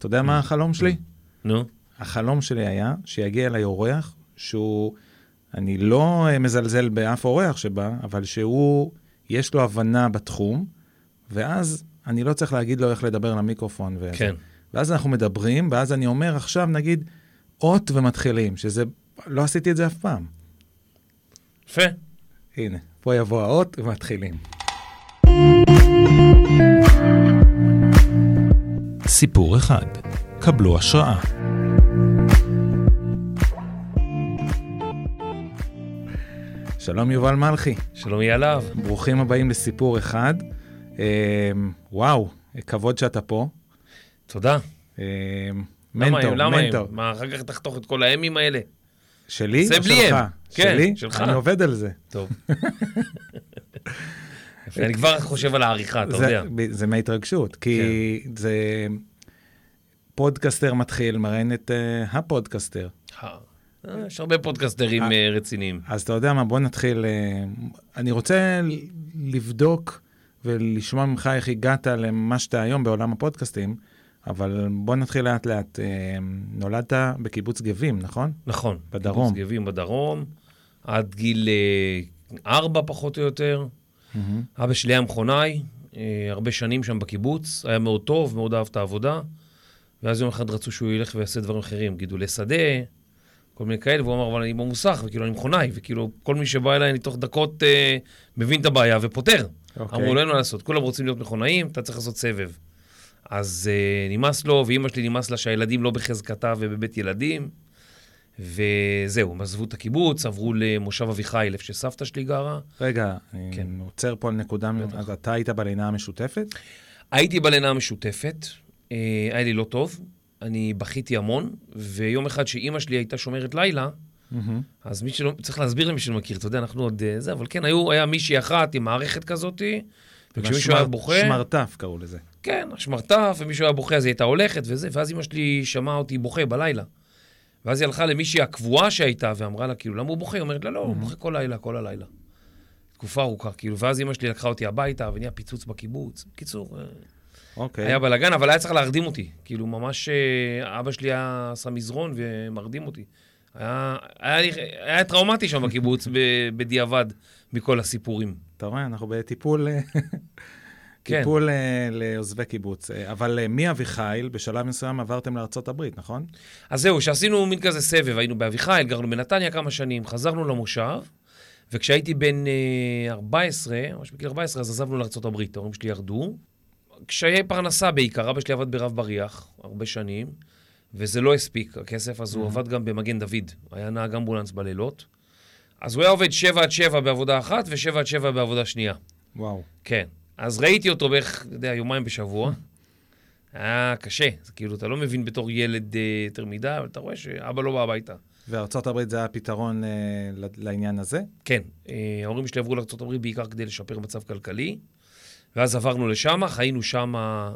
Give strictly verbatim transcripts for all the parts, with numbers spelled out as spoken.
אתה יודע מה החלום שלי? נו. החלום שלי היה שיגיע אליי אורח, שהוא, אני לא מזלזל באף אורח שבא, אבל שהוא, יש לו הבנה בתחום, ואז אני לא צריך להגיד לו איך לדבר למיקרופון. וזה. כן. ואז אנחנו מדברים, ואז אני אומר עכשיו, נגיד, אות ומתחילים, שזה, לא עשיתי את זה אף פעם. יפה. הנה, פה יבוא האות ומתחילים. סיפור אחד, קבלו השראה. שלום יובל מלכי. שלום יעלב. ברוכים הבאים לסיפור אחד. אה, וואו, כבוד שאתה פה. תודה. אה, מנטור, למה מנטור. הם? מה, אחר כך תחתוך את כל הימים האלה? שלי זה או בלי שלך? הם. כן, שלי? שלך. אני עובד על זה. טוב. אני כבר חושב על העריכה, אתה זה, יודע. זה מההתרגשות, כי כן. זה פודקאסטר מתחיל, מראיין את uh, הפודקאסטר. יש הרבה פודקאסטרים uh, רציניים. אז אתה יודע מה, בוא נתחיל. Uh, אני רוצה לבדוק ולשמוע ממך איך הגעת למה שאתה היום בעולם הפודקאסטים, אבל בוא נתחיל לאט לאט. Uh, נולדת בקיבוץ גבים, נכון? נכון. בדרום. קיבוץ גבים בדרום, עד גיל uh, ארבע פחות או יותר. Mm-hmm. אבא שלי היה מכונאי, אה, הרבה שנים שם בקיבוץ, היה מאוד טוב, מאוד אהב את העבודה, ואז יום אחד רצו שהוא ילך ויעשה דברים אחרים, גידולי שדה, כל מיני כאלה, והוא אמר, אבל אני במוסך, וכאילו אני מכונאי, וכאילו כל מי שבא אליי, אני תוך דקות אה, מבין את הבעיה ופותר. Okay. אמרו, לא אין מה לעשות, כולם רוצים להיות מכונאים, אתה צריך לעשות סבב. אז אה, נמאס לו, ואמא שלי נמאס לה שהילדים לא בחזקתה ובבית ילדים, וזהו, הם עזבו את הקיבוץ, עברו למושב אביחיל, איפה שסבתא שלי גרה. רגע, כן. אני עוצר פה על נקודה, אז אתה היית בלינה המשותפת? הייתי בלינה המשותפת, היה לי לא טוב, אני בכיתי המון, ויום אחד שאימא שלי הייתה שומרת לילה, אז מי שלא, צריך להסביר למי שלא מכיר, אתה יודע, אנחנו עוד זה, אבל כן, היה מישהי אחת עם מערכת כזאת, וכשמישהו היה בוכה... שמרטף קראו לזה. כן, שמרטף, ומישהו היה בוכה, אז היא הייתה הולכת וזה, ואז אימא שלי שמעה אותי בוכה בלילה. ואז היא הלכה למישהי הקבועה שהייתה, ואמרה לה, כאילו, למה הוא בוכה? היא אומרת לה, לא, הוא בוכה כל לילה, כל הלילה. תקופה ארוכה, כאילו, ואז אמא שלי לקחה אותי הביתה, ונהיה פיצוץ בקיבוץ. בקיצור, אוקיי. היה בלגן, אבל היה צריך להרדים אותי. כאילו, ממש, אבא שלי היה עשה מזרון ומרדים אותי. היה, היה, היה טראומטי שם בקיבוץ, בדיעבד, מכל הסיפורים. אתה רואה, אנחנו בטיפול... טיפול לעוזבי קיבוץ. אבל מאביחיל, בשלב מסוים עברתם לארצות הברית, נכון? אז זהו, שעשינו מין כזה סבב, היינו באביחיל, גרנו בנתניה כמה שנים, חזרנו למושב, וכשהייתי בן ארבע עשרה, ממש בגיל ארבע עשרה, אז עזבנו לארצות הברית, ההורים שלי ירדו. כשהיה פרנסה בעיקר, אבא שלי עבד ברב בריח, הרבה שנים, וזה לא הספיק, הכסף, אז הוא עבד גם במגן דוד, היה נהג אמבולנס בלילות. אז הוא היה עובד שבע עד שבע בעבודה אחת, ושבע עד שבע בעבודה שנייה. וואו. כן. אז ראיתי אותו בערך, אתה יודע, יומיים בשבוע. היה קשה. זה כאילו, אתה לא מבין בתור ילד יותר מדי, אבל אתה רואה שאבא לא בא הביתה. וארצות הברית זה הפתרון לעניין הזה? כן. ההורים שלי עברו לארצות הברית בעיקר כדי לשפר מצב כלכלי. ואז עברנו לשם, חיינו שם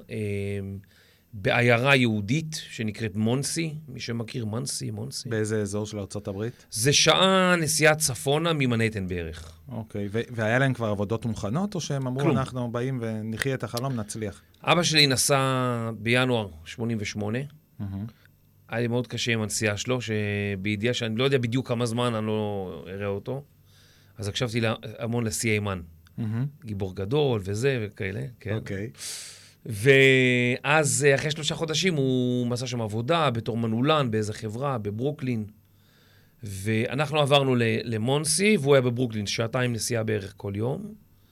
בעיירה יהודית שנקראת מונסי. מי שמכיר, מונסי, מונסי. באיזה אזור של ארצות הברית? זה שעה נסיעה צפונה ממנהטן בערך. אוקיי, והיה להם כבר עבודות מוכנות, או שהם אמרו, כלום. אנחנו באים ונחיה את החלום, נצליח? אבא שלי נסע בינואר שמונים ושמונה. היה לי מאוד קשה עם הנסיעה שלו, שבידיעה שאני לא יודע בדיוק כמה זמן אני לא אראה אותו. אז הקשבתי המון לסי אימן. גיבור גדול וזה וכאלה, כן. אוקיי. ואז אחרי שלושה חודשים הוא מסע שם עבודה בתור מנולן באיזה חברה בברוקלין. ואנחנו עברנו למונסי, והוא היה בברוקלין, שעתיים נסיעה בערך כל יום.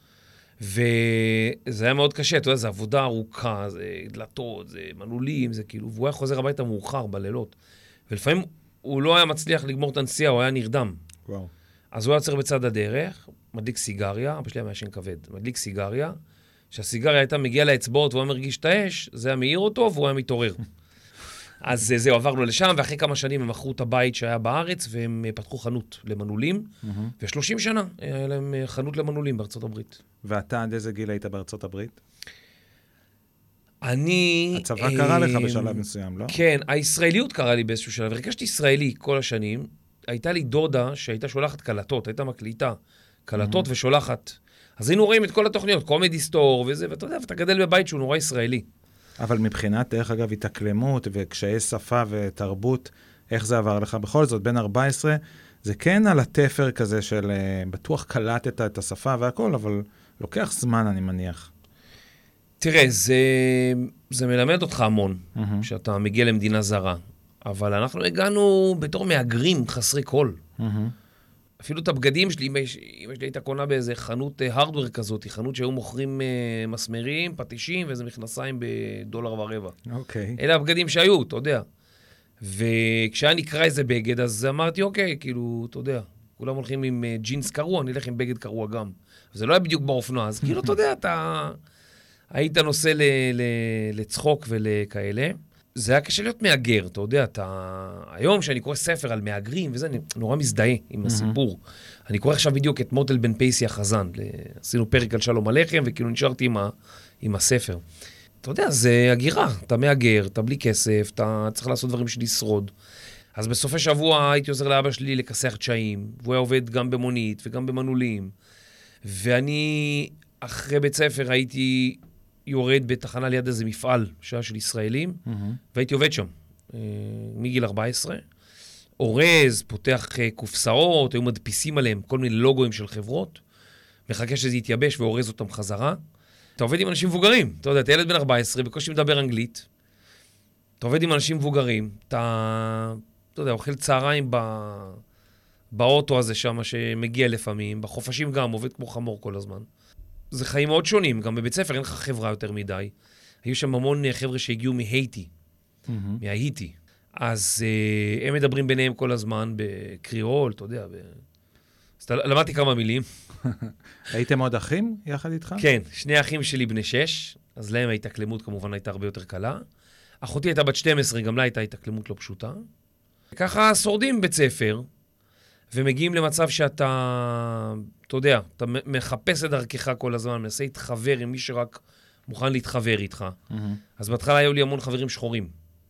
וזה היה מאוד קשה, אתה יודע, זה עבודה ארוכה, זה דלתות, זה מנעולים, זה כאילו, והוא היה חוזר הביתה מאוחר בלילות. ולפעמים הוא לא היה מצליח לגמור את הנסיעה, הוא היה נרדם. וואו. אז הוא היה יוצר בצד הדרך, מדליק סיגריה, אבא שלי היה מעשן כבד, מדליק סיגריה, שהסיגריה הייתה מגיעה לאצבעות והוא היה מרגיש את האש, זה היה מאיר אותו והוא היה מתעורר. אז זהו, עברנו לשם, ואחרי כמה שנים הם מכרו את הבית שהיה בארץ, והם פתחו חנות למנעולים, ו-שלושים שנה היה להם חנות למנעולים בארצות הברית. ואתה עד איזה גיל היית בארצות הברית? אני... הצבא קרא לך בשלב מסוים, לא? כן, הישראליות קרא לי באיזשהו שלב. הרגשתי ישראלי כל השנים. הייתה לי דודה שהייתה שולחת קלטות, הייתה מקליטה קלטות ושולחת. אז היינו רואים את כל התוכניות, קומדי סטור וזה, ואתה יודע, ואתה גדל בבית שהוא נורא ישראלי. אבל מבחינת, דרך אגב, התאקלמות וקשיי שפה ותרבות, איך זה עבר לך? בכל זאת, בין ארבע עשרה, זה כן על התפר כזה של, בטוח קלטת את השפה והכל, אבל לוקח זמן, אני מניח. תראה, זה, זה מלמד אותך המון, mm-hmm. שאתה מגיע למדינה זרה. אבל אנחנו הגענו בתור מאגרים חסרי קול. Mm-hmm. אפילו את הבגדים שלי, אמא שלי הייתה קונה באיזה חנות הרדוור כזאת, חנות שהיו מוכרים uh, מסמרים, פטישים ואיזה מכנסיים בדולר ורבע. אוקיי. אלה הבגדים שהיו, אתה יודע. וכשהיה נקרא איזה בגד, אז אמרתי, אוקיי, כאילו, אתה יודע, כולם הולכים עם uh, ג'ינס קרוע, אני אלך עם בגד קרוע גם. זה לא היה בדיוק באופנוע, אז כאילו, אתה יודע, אתה היית נושא ל- ל- לצחוק ולכאלה. זה היה קשה להיות מאגר, אתה יודע, אתה... היום שאני קורא ספר על מאגרים וזה, אני נורא מזדהה עם הסיפור. אני קורא עכשיו בדיוק את מוטל בן פייסי החזן. עשינו פרק על שלום הלחם, וכאילו נשארתי עם, ה... עם הספר. אתה יודע, זה הגירה. אתה מאגר, אתה בלי כסף, אתה צריך לעשות דברים של לשרוד. אז בסופי שבוע הייתי עוזר לאבא שלי לכסח תשעים, והוא היה עובד גם במונית וגם במנעולים. ואני, אחרי בית ספר, הייתי... יורד בתחנה ליד איזה מפעל, שעה של ישראלים, mm-hmm. והייתי עובד שם, אה, מגיל ארבע עשרה. אורז, פותח אה, קופסאות, היו מדפיסים עליהם כל מיני לוגויים של חברות, מחכה שזה יתייבש ואורז אותם חזרה. אתה עובד עם אנשים מבוגרים, אתה יודע, אתה ילד בן ארבע עשרה, בקושי מדבר אנגלית, אתה עובד עם אנשים מבוגרים, אתה, אתה יודע, אוכל צהריים ב... באוטו הזה שם שמגיע לפעמים, בחופשים גם, עובד כמו חמור כל הזמן. זה חיים מאוד שונים, גם בבית ספר אין לך חברה יותר מדי. היו שם המון חבר'ה שהגיעו מהייטי, mm-hmm. מההיטי. אז uh, הם מדברים ביניהם כל הזמן בקריאול, אתה יודע. ב... אז למדתי כמה מילים. הייתם עוד אחים יחד איתך? כן, שני אחים שלי בני שש, אז להם ההתאקלמות כמובן הייתה הרבה יותר קלה. אחותי הייתה בת שתים עשרה, גם לה הייתה התאקלמות לא פשוטה. ככה שורדים בית ספר, ומגיעים למצב שאתה, אתה יודע, אתה מחפש את דרכך כל הזמן, מנסה להתחבר עם מי שרק מוכן להתחבר איתך. Mm-hmm. אז בהתחלה היו לי המון חברים שחורים.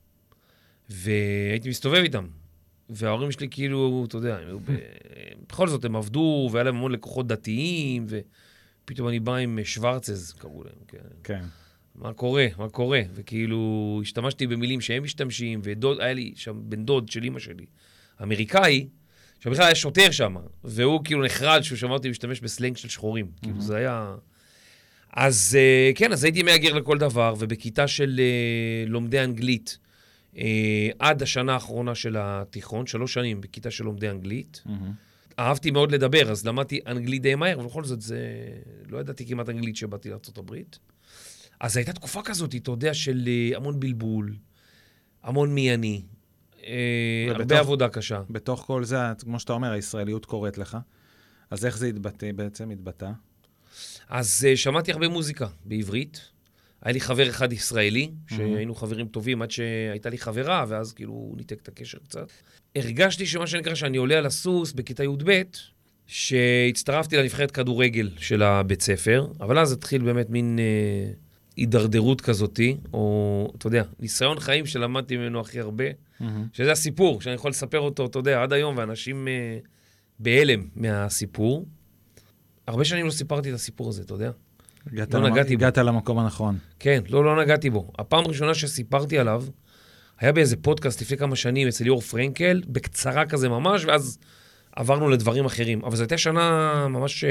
והייתי מסתובב איתם. וההורים שלי כאילו, אתה יודע, ב... בכל זאת הם עבדו, והיה להם המון לקוחות דתיים, ופתאום אני בא עם שוורצז, קראו להם. כן. כן. מה קורה? מה קורה? וכאילו, השתמשתי במילים שהם משתמשים, ודוד, היה לי שם בן דוד של אמא שלי, אמריקאי, שבכלל היה שוטר שם, והוא כאילו נחרד שהוא שמע אותי משתמש בסלנג של שחורים. Mm-hmm. כאילו זה היה... אז כן, אז הייתי מאגר לכל דבר, ובכיתה של uh, לומדי אנגלית, uh, עד השנה האחרונה של התיכון, שלוש שנים בכיתה של לומדי אנגלית, mm-hmm. אהבתי מאוד לדבר, אז למדתי אנגלית די מהר, אבל בכל זאת זה... לא ידעתי כמעט אנגלית שבאתי לארצות הברית. אז הייתה תקופה כזאת, אתה יודע, של uh, המון בלבול, המון מי אני, ובתוך, הרבה עבודה קשה. בתוך כל זה, כמו שאתה אומר, הישראליות קוראת לך. אז איך זה התבטא בעצם, התבטא? אז uh, שמעתי הרבה מוזיקה בעברית. היה לי חבר אחד ישראלי, שהיינו חברים טובים עד שהייתה לי חברה, ואז כאילו ניתק את הקשר קצת. הרגשתי שמה שנקרא שאני עולה על הסוס בכיתה י"ב, שהצטרפתי לנבחרת כדורגל של הבית ספר, אבל אז התחיל באמת מין... Uh, הידרדרות כזאתי, או, אתה יודע, ניסיון חיים שלמדתי ממנו הכי הרבה, mm-hmm. שזה הסיפור, שאני יכול לספר אותו, אתה יודע, עד היום, ואנשים אה, בהלם מהסיפור. הרבה שנים לא סיפרתי את הסיפור הזה, אתה יודע? הגעת, לא למ... נגעתי הגעת בו. למקום הנכון. כן, לא, לא נגעתי בו. הפעם הראשונה שסיפרתי עליו, היה באיזה פודקאסט לפני כמה שנים אצל ליאור פרנקל, בקצרה כזה ממש, ואז עברנו לדברים אחרים. אבל זו הייתה שנה ממש...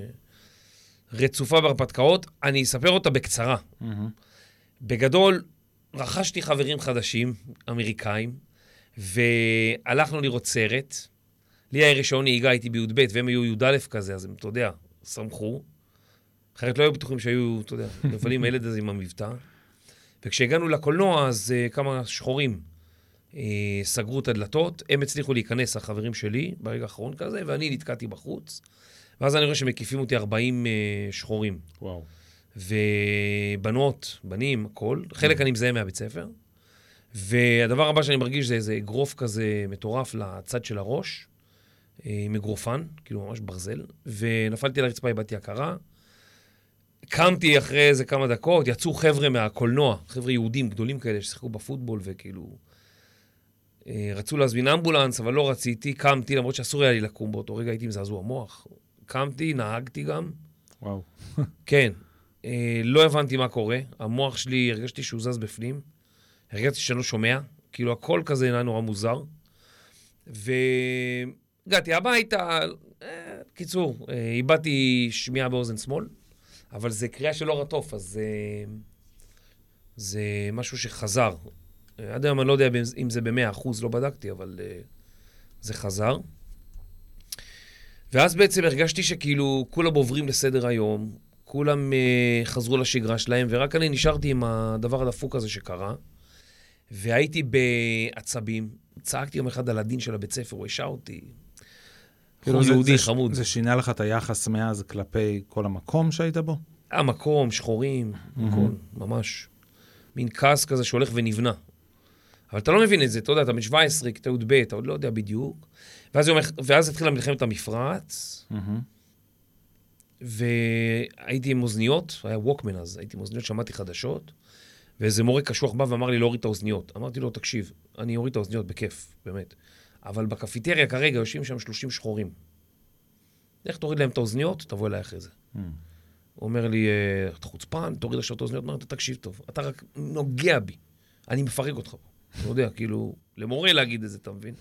רצופה בהרפתקאות, אני אספר אותה בקצרה. Mm-hmm. בגדול, רכשתי חברים חדשים, אמריקאים, והלכנו לראות סרט. לי היה רישיון נהיגה, הייתי בי"ב, והם היו י"א כזה, אז הם, אתה יודע, שמחו. אחרת לא היו בטוחים שהיו, אתה יודע, נפלים הילד הזה עם המבטא. וכשהגענו לקולנוע, אז uh, כמה שחורים uh, סגרו את הדלתות, הם הצליחו להיכנס, החברים שלי, ברגע האחרון כזה, ואני נתקעתי בחוץ. ואז אני רואה שמקיפים אותי ארבעים uh, שחורים. וואו. ובנות, בנים, הכל. חלק אני מזהה מהבית ספר. והדבר הבא שאני מרגיש זה איזה אגרוף כזה מטורף לצד של הראש, עם אגרופן, כאילו ממש ברזל, ונפלתי על הרצפה, איבדתי הכרה. קמתי אחרי איזה כמה דקות, יצאו חבר'ה מהקולנוע, חבר'ה יהודים גדולים כאלה ששיחקו בפוטבול וכאילו... רצו להזמין אמבולנס, אבל לא רציתי, קמתי, למרות שאסור היה לי לקום באותו רגע, הייתי מזעזוע מוח. קמתי, נהגתי גם. וואו. כן. אה, לא הבנתי מה קורה, המוח שלי, הרגשתי שהוא זז בפנים, הרגשתי שאני לא שומע, כאילו הכל כזה היה נורא מוזר, והגעתי הביתה, אה, קיצור, אה, איבדתי שמיעה באוזן שמאל, אבל זה קריאה של אור התוף, אז זה, זה משהו שחזר. עד היום אני לא יודע אם זה ב-מאה אחוז, לא בדקתי, אבל uh, זה חזר. ואז בעצם הרגשתי שכאילו כולם עוברים לסדר היום, כולם uh, חזרו לשגרה שלהם, ורק אני נשארתי עם הדבר הדפוק הזה שקרה, והייתי בעצבים, צעקתי יום אחד על הדין של הבית ספר, הוא השעה אותי. כאילו זה, יהודי זה, חמוד. זה שינה לך את היחס מאז כלפי כל המקום שהיית בו? המקום, שחורים, mm-hmm. הכל, ממש. מין כעס כזה שהולך ונבנה. אבל אתה לא מבין את זה, אתה יודע, אתה מ-שבע עשרה, כיתה י"ב, אתה עוד לא יודע בדיוק. ואז, ואז התחילה מלחמת המפרץ, mm-hmm. והייתי עם אוזניות, היה ווקמן אז, הייתי עם אוזניות, שמעתי חדשות, ואיזה מורה קשוח בא ואמר לי להוריד את האוזניות. אמרתי לו, תקשיב, אני אוריד את האוזניות בכיף, באמת. אבל בקפיטריה כרגע יושבים שם שלושים שחורים. איך תוריד להם את האוזניות? תבוא אליי אחרי זה. Mm. הוא אומר לי, אתה חוצפן, תוריד עכשיו את האוזניות, אמרתי, תקשיב טוב, אתה רק נוגע בי, אני מפרק אותך פה. אתה יודע, כאילו, למורה להגיד את זה, אתה מבין?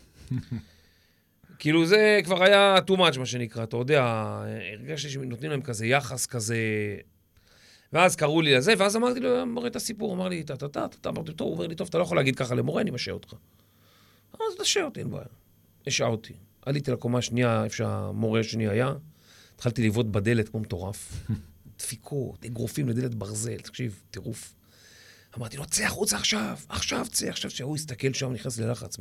כאילו, זה כבר היה too much, מה שנקרא, אתה יודע, הרגשתי שנותנים להם כזה יחס כזה, ואז קראו לי לזה, ואז אמרתי לו, מורה את הסיפור, אמר לי, אתה, אתה, אתה, אתה, אמרתי, טוב, הוא אומר לי, טוב, אתה לא יכול להגיד ככה למורה, אני משעה אותך. אז תשעה אותי, אין בעיה. השעה אותי. עליתי לקומה השנייה, איפה שהמורה השני היה, התחלתי לבעוט בדלת כמו מטורף. דפיקות, אגרופים לדלת ברזל, תקשיב, טירוף. אמרתי לו, צא החוצה עכשיו, עכשיו צא, עכשיו שהוא הסתכל שם, נכנס ללחץ.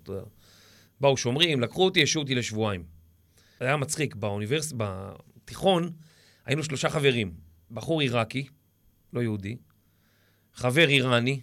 באו שומרים, לקחו אותי, השעו אותי לשבועיים. זה היה מצחיק, באוניברסיטה, בתיכון, היינו שלושה חברים. בחור עיראקי, לא יהודי, חבר איראני,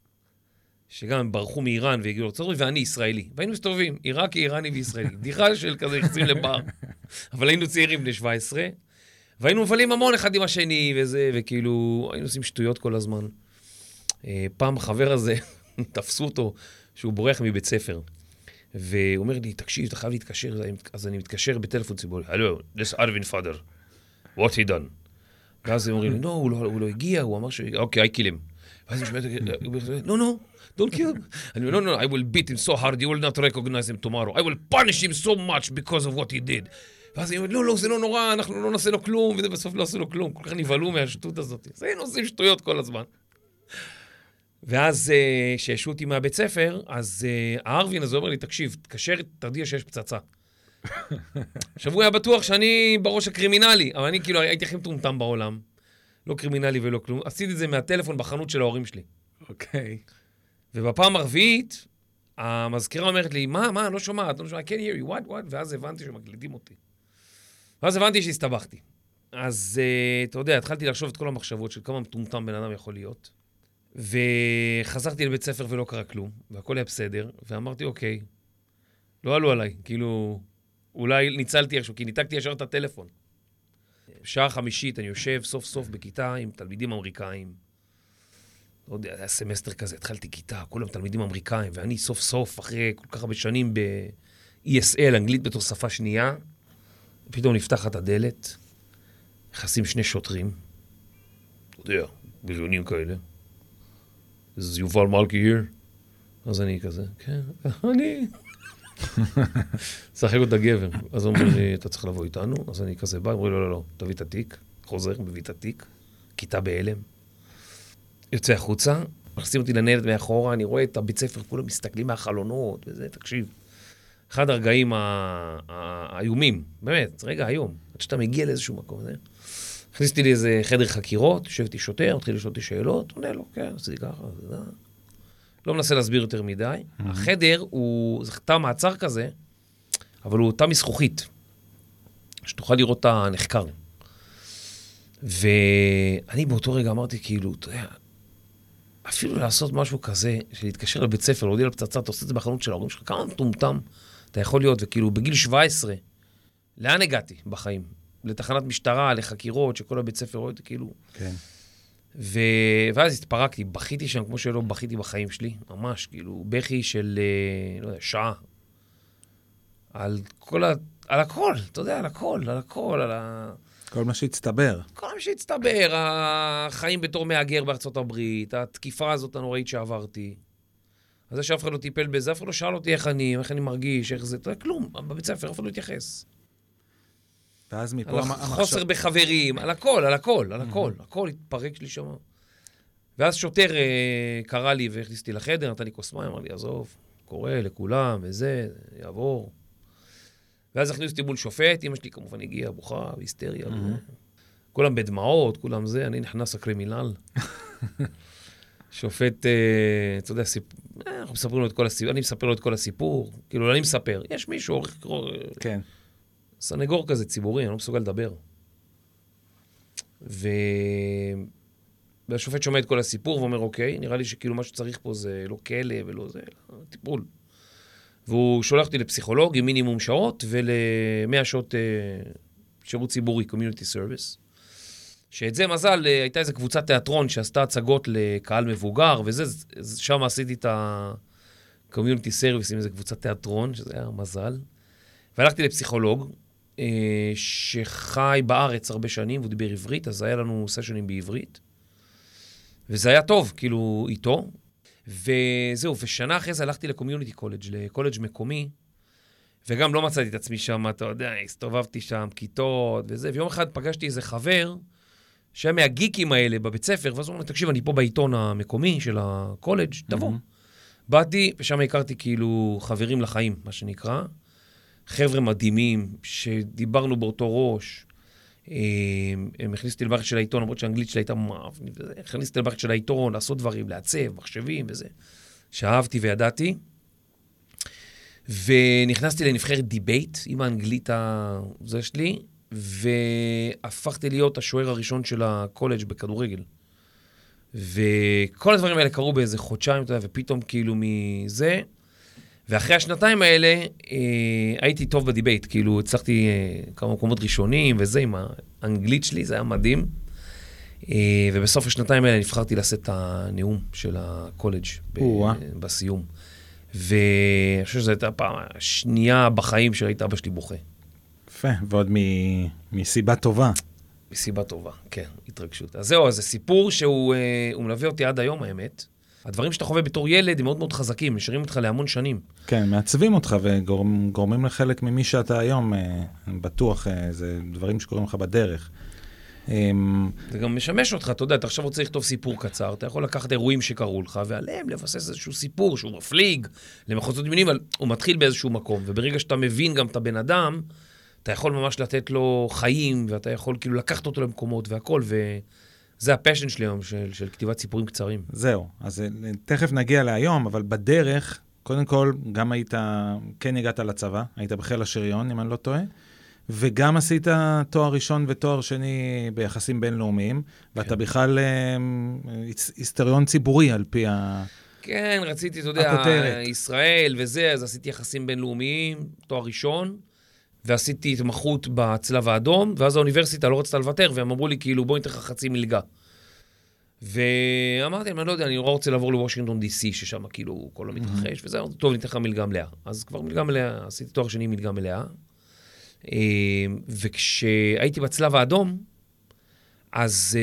שגם הם ברחו מאיראן והגיעו לארצות הברית, ואני ישראלי. והיינו מסתובבים, עיראקי, איראני וישראלי. בדיחה של כזה יחסים לבר. אבל היינו צעירים בני שבע עשרה, והיינו מבלים המון אחד עם השני, וזה, וכאילו, היינו עושים שטויות כל הזמן. פעם החבר הזה, תפסו אותו, שהוא בורח מבית ספר. והוא אומר לי, תקשיב, אתה חייב להתקשר, אז אני מתקשר בטלפון ציבורי. הלו, this Arvin father, what he done? ואז הם אומרים לי, לא, הוא לא הגיע, הוא אמר ש... אוקיי, I kill him. ואז אני שומע, no, no, don't kill him. אני אומר, no, no, I will beat him so hard, you will not recognize him tomorrow. I will punish him so much because of what he did. ואז אני אומר, לא, לא, זה לא נורא, אנחנו לא נעשה לו כלום, ובסוף לא עשו לו כלום. כל כך נבהלו מהשטות הזאת. אז היינו עושים שטויות כל הזמן. ואז כשהשעו אותי מהבית ספר, אז הארווין הזה אומר לי, תקשיב, תקשר, תרדיע שיש פצצה. עכשיו הוא היה בטוח שאני בראש הקרימינלי, אבל אני כאילו הייתי הכי מטומטם בעולם. לא קרימינלי ולא כלום. עשיתי את זה מהטלפון בחנות של ההורים שלי. אוקיי. ובפעם הרביעית, המזכירה אומרת לי, מה, מה, לא שומעת, לא שומעת, I can't hear you, what, what? ואז הבנתי שמקלידים אותי. ואז הבנתי שהסתבכתי. אז אתה יודע, התחלתי לחשוב את כל המחשבות של כמה מטומטם בן אדם יכול להיות. וחזרתי לבית ספר ולא קרה כלום, והכל היה בסדר, ואמרתי, אוקיי, לא עלו עליי, כאילו, אולי ניצלתי איכשהו, כי ניתקתי ישר את הטלפון. בשעה חמישית אני יושב סוף סוף בכיתה עם תלמידים אמריקאים. לא יודע, היה סמסטר כזה, התחלתי כיתה, כולם תלמידים אמריקאים, ואני סוף סוף, אחרי כל כך הרבה שנים ב-E S L, אנגלית בתור שפה שנייה, פתאום נפתחת הדלת, נכנסים שני שוטרים, אתה יודע, בריונים כאלה. זה יובל מלכי here? אז אני כזה, כן, אני... שחק אותה גבר. אז הוא אומר לי, אתה צריך לבוא איתנו? אז אני כזה בא, אומרים, לא, לא, לא, תביא את התיק, חוזר, מביא את התיק, כיתה בהלם, יוצא החוצה, מכניסים אותי לנהלת מאחורה, אני רואה את הבית ספר, כולם מסתכלים מהחלונות, וזה, תקשיב. אחד הרגעים האיומים, באמת, רגע, היום, עד שאתה מגיע לאיזשהו מקום, זה. הכניסתי לי איזה חדר חקירות, יושבתי שוטר, התחיל לשאול אותי שאלות, עונה לו, כן, עשיתי ככה, זה זה. לא מנסה להסביר יותר מדי. Mm-hmm. החדר הוא, זה תא מעצר כזה, אבל הוא תא מזכוכית, שתוכל לראות את הנחקר. ואני באותו רגע אמרתי, כאילו, אתה יודע, אפילו לעשות משהו כזה, שלהתקשר לבית ספר, להודיע לפצצה, אתה עושה את זה בחנות של ההורים שלך, כמה מטומטם אתה יכול להיות, וכאילו, בגיל שבע עשרה, לאן הגעתי בחיים? לתחנת משטרה, לחקירות, שכל הבית ספר רואה אותי, כאילו. כן. ו... ואז התפרקתי, בכיתי שם כמו שלא בכיתי בחיים שלי, ממש, כאילו, בכי של, לא יודע, שעה. על כל ה... על הכל, אתה יודע, על הכל, על הכל, על ה... כל מה שהצטבר. כל מה שהצטבר, החיים בתור מהגר בארצות הברית, התקיפה הזאת הנוראית שעברתי. אז זה שאף אחד לא טיפל בזה, אף אחד לא שאל אותי איך אני, איך אני מרגיש, איך זה, כלום, בבית ספר, אף אחד לא התייחס. ואז מפה... על חוסר בחברים, על הכל, על הכל, על הכל, הכל התפרק לי שם. ואז שוטר קרא לי והכניס אותי לחדר, נתן לי כוס מים, אמר לי, עזוב, קורא לכולם, וזה, יעבור. ואז הכניס אותי מול שופט, אמא שלי כמובן הגיעה, בוכה, והיסטריה. כולם בדמעות, כולם זה, אני נכנס לקרימינל. שופט, אתה יודע, אנחנו מספרים לו את כל הסיפור, אני מספר לו את כל הסיפור, כאילו, אני מספר, יש מישהו, כן. סנגור כזה ציבורי, אני לא מסוגל לדבר. ו... והשופט שומע את כל הסיפור ואומר, אוקיי, נראה לי שכאילו מה שצריך פה זה לא כלא ולא זה, אלא טיפול. והוא שולח אותי לפסיכולוג עם מינימום שעות ול-מאה שעות uh, שירות ציבורי, Community Service. שאת זה מזל, הייתה איזו קבוצת תיאטרון שעשתה הצגות לקהל מבוגר, וזה, שם עשיתי את ה-Community Service עם איזו קבוצת תיאטרון, שזה היה מזל. והלכתי לפסיכולוג, שחי בארץ הרבה שנים, והוא דיבר עברית, אז היה לנו סשנים בעברית. וזה היה טוב, כאילו, איתו. וזהו, ושנה אחרי זה הלכתי לקומיוניטי קולג', לקולג' מקומי, וגם לא מצאתי את עצמי שם, אתה יודע, הסתובבתי שם, כיתות וזה, ויום אחד פגשתי איזה חבר, שהיה מהגיקים האלה בבית ספר, ואז הוא אומר, תקשיב, אני פה בעיתון המקומי של הקולג', תבוא. באתי, ושם הכרתי כאילו חברים לחיים, מה שנקרא, חבר'ה מדהימים, שדיברנו באותו ראש, הם הכניסתי לבחת של העיתון, למרות שהאנגלית שלה הייתה מאף, הכניסתי לבחת של העיתון, לעשות דברים, לעצב, מחשבים וזה, שאהבתי וידעתי, ונכנסתי לנבחרת דיבייט עם האנגלית הזה שלי, והפכתי להיות השוער הראשון של הקולג' בכדורגל. וכל הדברים האלה קרו באיזה חודשיים, אתה יודע, ופתאום כאילו מזה, ואחרי השנתיים האלה אה, הייתי טוב בדיבייט, כאילו הצלחתי אה, כמה מקומות ראשונים וזה עם האנגלית שלי, זה היה מדהים. אה, ובסוף השנתיים האלה נבחרתי לשאת את הנאום של הקולג' ב- בסיום. ואני חושב שזו הייתה הפעם השנייה בחיים שראית אבא שלי בוכה. יפה, ועוד מ- מסיבה טובה. מסיבה טובה, כן, התרגשות. אז זהו, אז זה סיפור שהוא אה, מלווה אותי עד היום, האמת. הדברים שאתה חווה בתור ילד הם מאוד מאוד חזקים, נשארים אותך להמון שנים. כן, מעצבים אותך וגורמים לחלק ממי שאתה היום, בטוח, זה דברים שקורים לך בדרך. זה גם משמש אותך, אתה יודע, אתה עכשיו רוצה לכתוב סיפור קצר, אתה יכול לקחת אירועים שקרו לך, ועליהם לבסס איזשהו סיפור שהוא מפליג למחוזות מינים, אבל הוא מתחיל באיזשהו מקום, וברגע שאתה מבין גם את הבן אדם, אתה יכול ממש לתת לו חיים, ואתה יכול כאילו לקחת אותו למקומות והכל, ו... זה הפשן שלי היום, של, של כתיבת סיפורים קצרים. זהו, אז תכף נגיע להיום, אבל בדרך, קודם כל, גם היית, כן הגעת לצבא, היית בחיל השריון, אם אני לא טועה, וגם עשית תואר ראשון ותואר שני ביחסים בינלאומיים, ואתה כן. בכלל היסטוריון ציבורי על פי ה... כן, רציתי, אתה יודע, הכותרת. ישראל וזה, אז עשיתי יחסים בינלאומיים, תואר ראשון, ועשיתי התמחות בצלב האדום, ואז האוניברסיטה לא רצתה לוותר, והם אמרו לי, כאילו, בואי ניתן לך חצי מלגה. ואמרתי, אני לא יודע, אני נורא רוצה לעבור לוושינגטון די סי, ששם כאילו כל לא מתרחש, וזה, טוב, ניתן לך מלגה מלאה. אז כבר מלגה מלאה, עשיתי תואר שני מלגה מלאה. וכשהייתי בצלב האדום, אז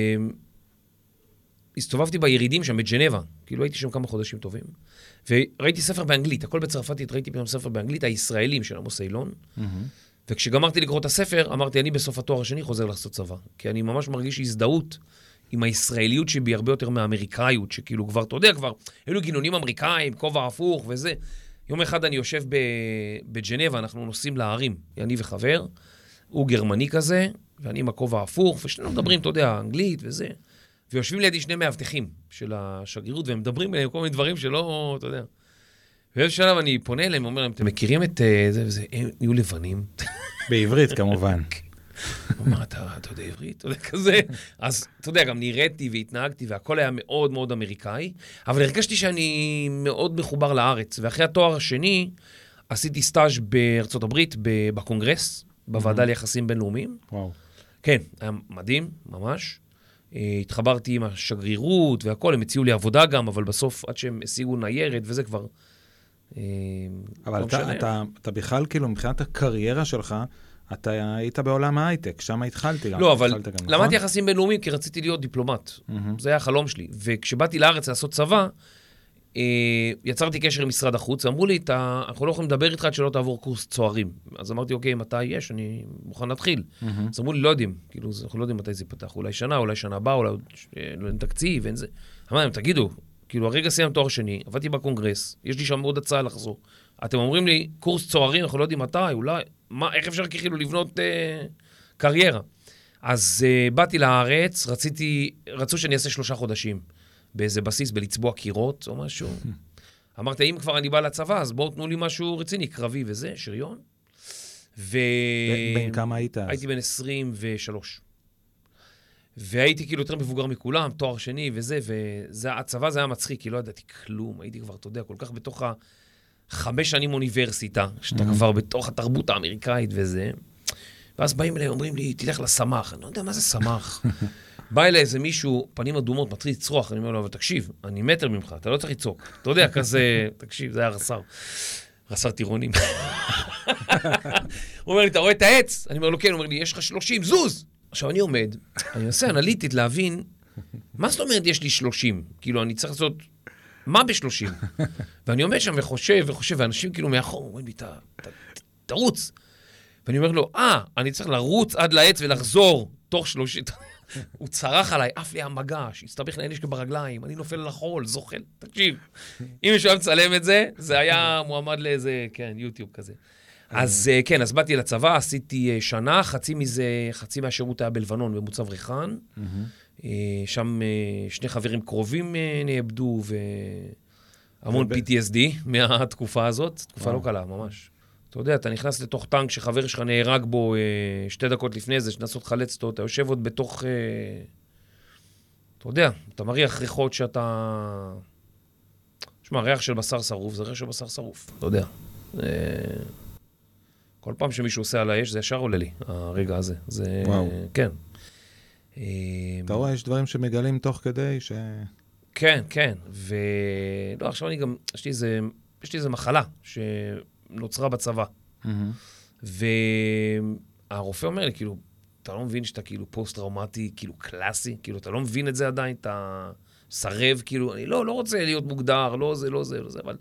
הסתובבתי בירידים שם בג'נבה, כאילו הייתי שם כמה חודשים טובים, וראיתי ספר באנגלית, הכל בצרפתית, ראיתי פתאום ספר באנגלית, הישראלים של עמוס אילון, וכשגמרתי לקרוא את הספר, אמרתי, אני בסוף התואר השני חוזר לעשות צבא, כי אני ממש מרגיש הזדהות עם הישראליות שבי הרבה יותר מהאמריקאיות, שכאילו כבר, אתה יודע, כבר, אלו גינונים אמריקאים, כובע הפוך וזה. יום אחד אני יושב בג'נבה, אנחנו נוסעים להרים, אני וחבר, הוא גרמני כזה, ואני עם הכובע הפוך, ושנינו מדברים, אתה יודע, אנגלית וזה. ויושבים לידי שני מאבטחים של השגרירות, והם מדברים עליהם כל מיני דברים שלא, אתה יודע. ואיזה שלב אני פונה אליהם, אומר להם, אתם מכירים את זה וזה, הם יהיו לבנים. בעברית כמובן. הוא אומר, אתה יודע עברית? אתה יודע כזה. אז אתה יודע, גם נראיתי והתנהגתי, והכל היה מאוד מאוד אמריקאי, אבל הרגשתי שאני מאוד מחובר לארץ, ואחרי התואר השני, עשיתי סטאז' בארצות הברית, בקונגרס, בוועדה ליחסים בינלאומיים. וואו. כן, היה מדהים, ממש. התחברתי עם השגרירות והכל, הם הציעו לי עבודה גם, אבל בסוף עד שהם השיגו ניירת וזה כבר... אבל אתה, אתה, אתה בכלל, כאילו, מבחינת הקריירה שלך, אתה היית בעולם ההייטק, שם התחלתי גם. לא, אבל למדתי יחסים בינלאומיים, כי רציתי להיות דיפלומט. זה היה החלום שלי. וכשבאתי לארץ לעשות צבא, יצרתי קשר עם משרד החוץ, אמרו לי, אנחנו לא יכולים לדבר איתך עד שלא תעבור קורס צוערים. אז אמרתי, אוקיי, מתי יש? אני מוכן להתחיל. אז אמרו לי, לא יודעים. כאילו, אנחנו לא יודעים מתי זה יפתח. אולי שנה, אולי שנה הבאה, אולי אין תקציב, אין זה. אמרתי, תגידו, כאילו, הרגע סיים תואר שני, עבדתי בקונגרס, יש לי שם עוד הצעה לחזור. אתם אומרים לי, קורס צוערים, אנחנו לא יודעים מתי, אולי, מה, איך אפשר כאילו לבנות אה, קריירה? אז אה, באתי לארץ, רציתי, רצו שאני אעשה שלושה חודשים באיזה בסיס, בלצבוע קירות או משהו. אמרתי, אם כבר אני בא לצבא, אז בואו תנו לי משהו רציני, קרבי וזה, שריון. ו... בין כמה היית אז? הייתי בן עשרים ושלוש. והייתי כאילו יותר מבוגר מכולם, תואר שני וזה, והצבא זה היה מצחיק, כי לא ידעתי כלום, הייתי כבר, אתה יודע, כל כך בתוך החמש שנים אוניברסיטה, שאתה כבר בתוך התרבות האמריקאית וזה, ואז באים אליי, אומרים לי, תלך לסמך, אני לא יודע מה זה סמך. בא אליי איזה מישהו, פנים אדומות, מתחיל לצרוח, אני אומר לו, אבל תקשיב, אני מטר ממך, אתה לא צריך לצעוק. אתה יודע, כזה, תקשיב, זה היה רס"ר. רס"ר טירונים. הוא אומר לי, אתה רואה את העץ? אני אומר לו, כן, הוא אומר לי, יש לך שלושים, זוז! עכשיו, אני עומד, אני אנסה אנליטית להבין, מה זאת אומרת יש לי שלושים? כאילו, אני צריך לעשות, מה ב-שלושים? ואני עומד שם וחושב וחושב, ואנשים כאילו מאחור, אומרים לי, תרוץ. ואני אומר לו, אה, אני צריך לרוץ עד לעץ ולחזור תוך שלושים. הוא צרח עליי, אף לי המגש, הסתבך לנשק ברגליים, אני נופל על החול, זוחל. תקשיב, אם מישהו מצלם את זה, זה היה מועמד לאיזה, כן, יוטיוב כזה. אז כן, אז באתי לצבא, עשיתי שנה, חצי מזה, חצי מהשירות היה בלבנון, במוצב ריחן. שם שני חברים קרובים נאבדו, והמון פי טי אס די מהתקופה הזאת. תקופה לא קלה, ממש. אתה יודע, אתה נכנס לתוך טנק שחבר שלך נהרג בו שתי דקות לפני זה, שנסות חלץ אותו, אתה יושב עוד בתוך... אתה יודע, אתה מריח ריחות שאתה... תשמע, ריח של בשר שרוף, זה ריח של בשר שרוף, אתה יודע. כל פעם שמישהו עושה על האש, זה ישר עולה לי, הרגע הזה. זה... וואו. כן. אתה רואה, יש דברים שמגלים תוך כדי ש... כן, כן. ו... לא, עכשיו אני גם... יש לי איזה, יש לי איזה מחלה שנוצרה בצבא. והרופא אומר לי, כאילו, אתה לא מבין שאתה כאילו פוסט-טראומטי, כאילו קלאסי, כאילו, אתה לא מבין את זה עדיין, אתה סרב, כאילו, אני לא, לא רוצה להיות מוגדר, לא זה, לא זה, לא זה, אבל...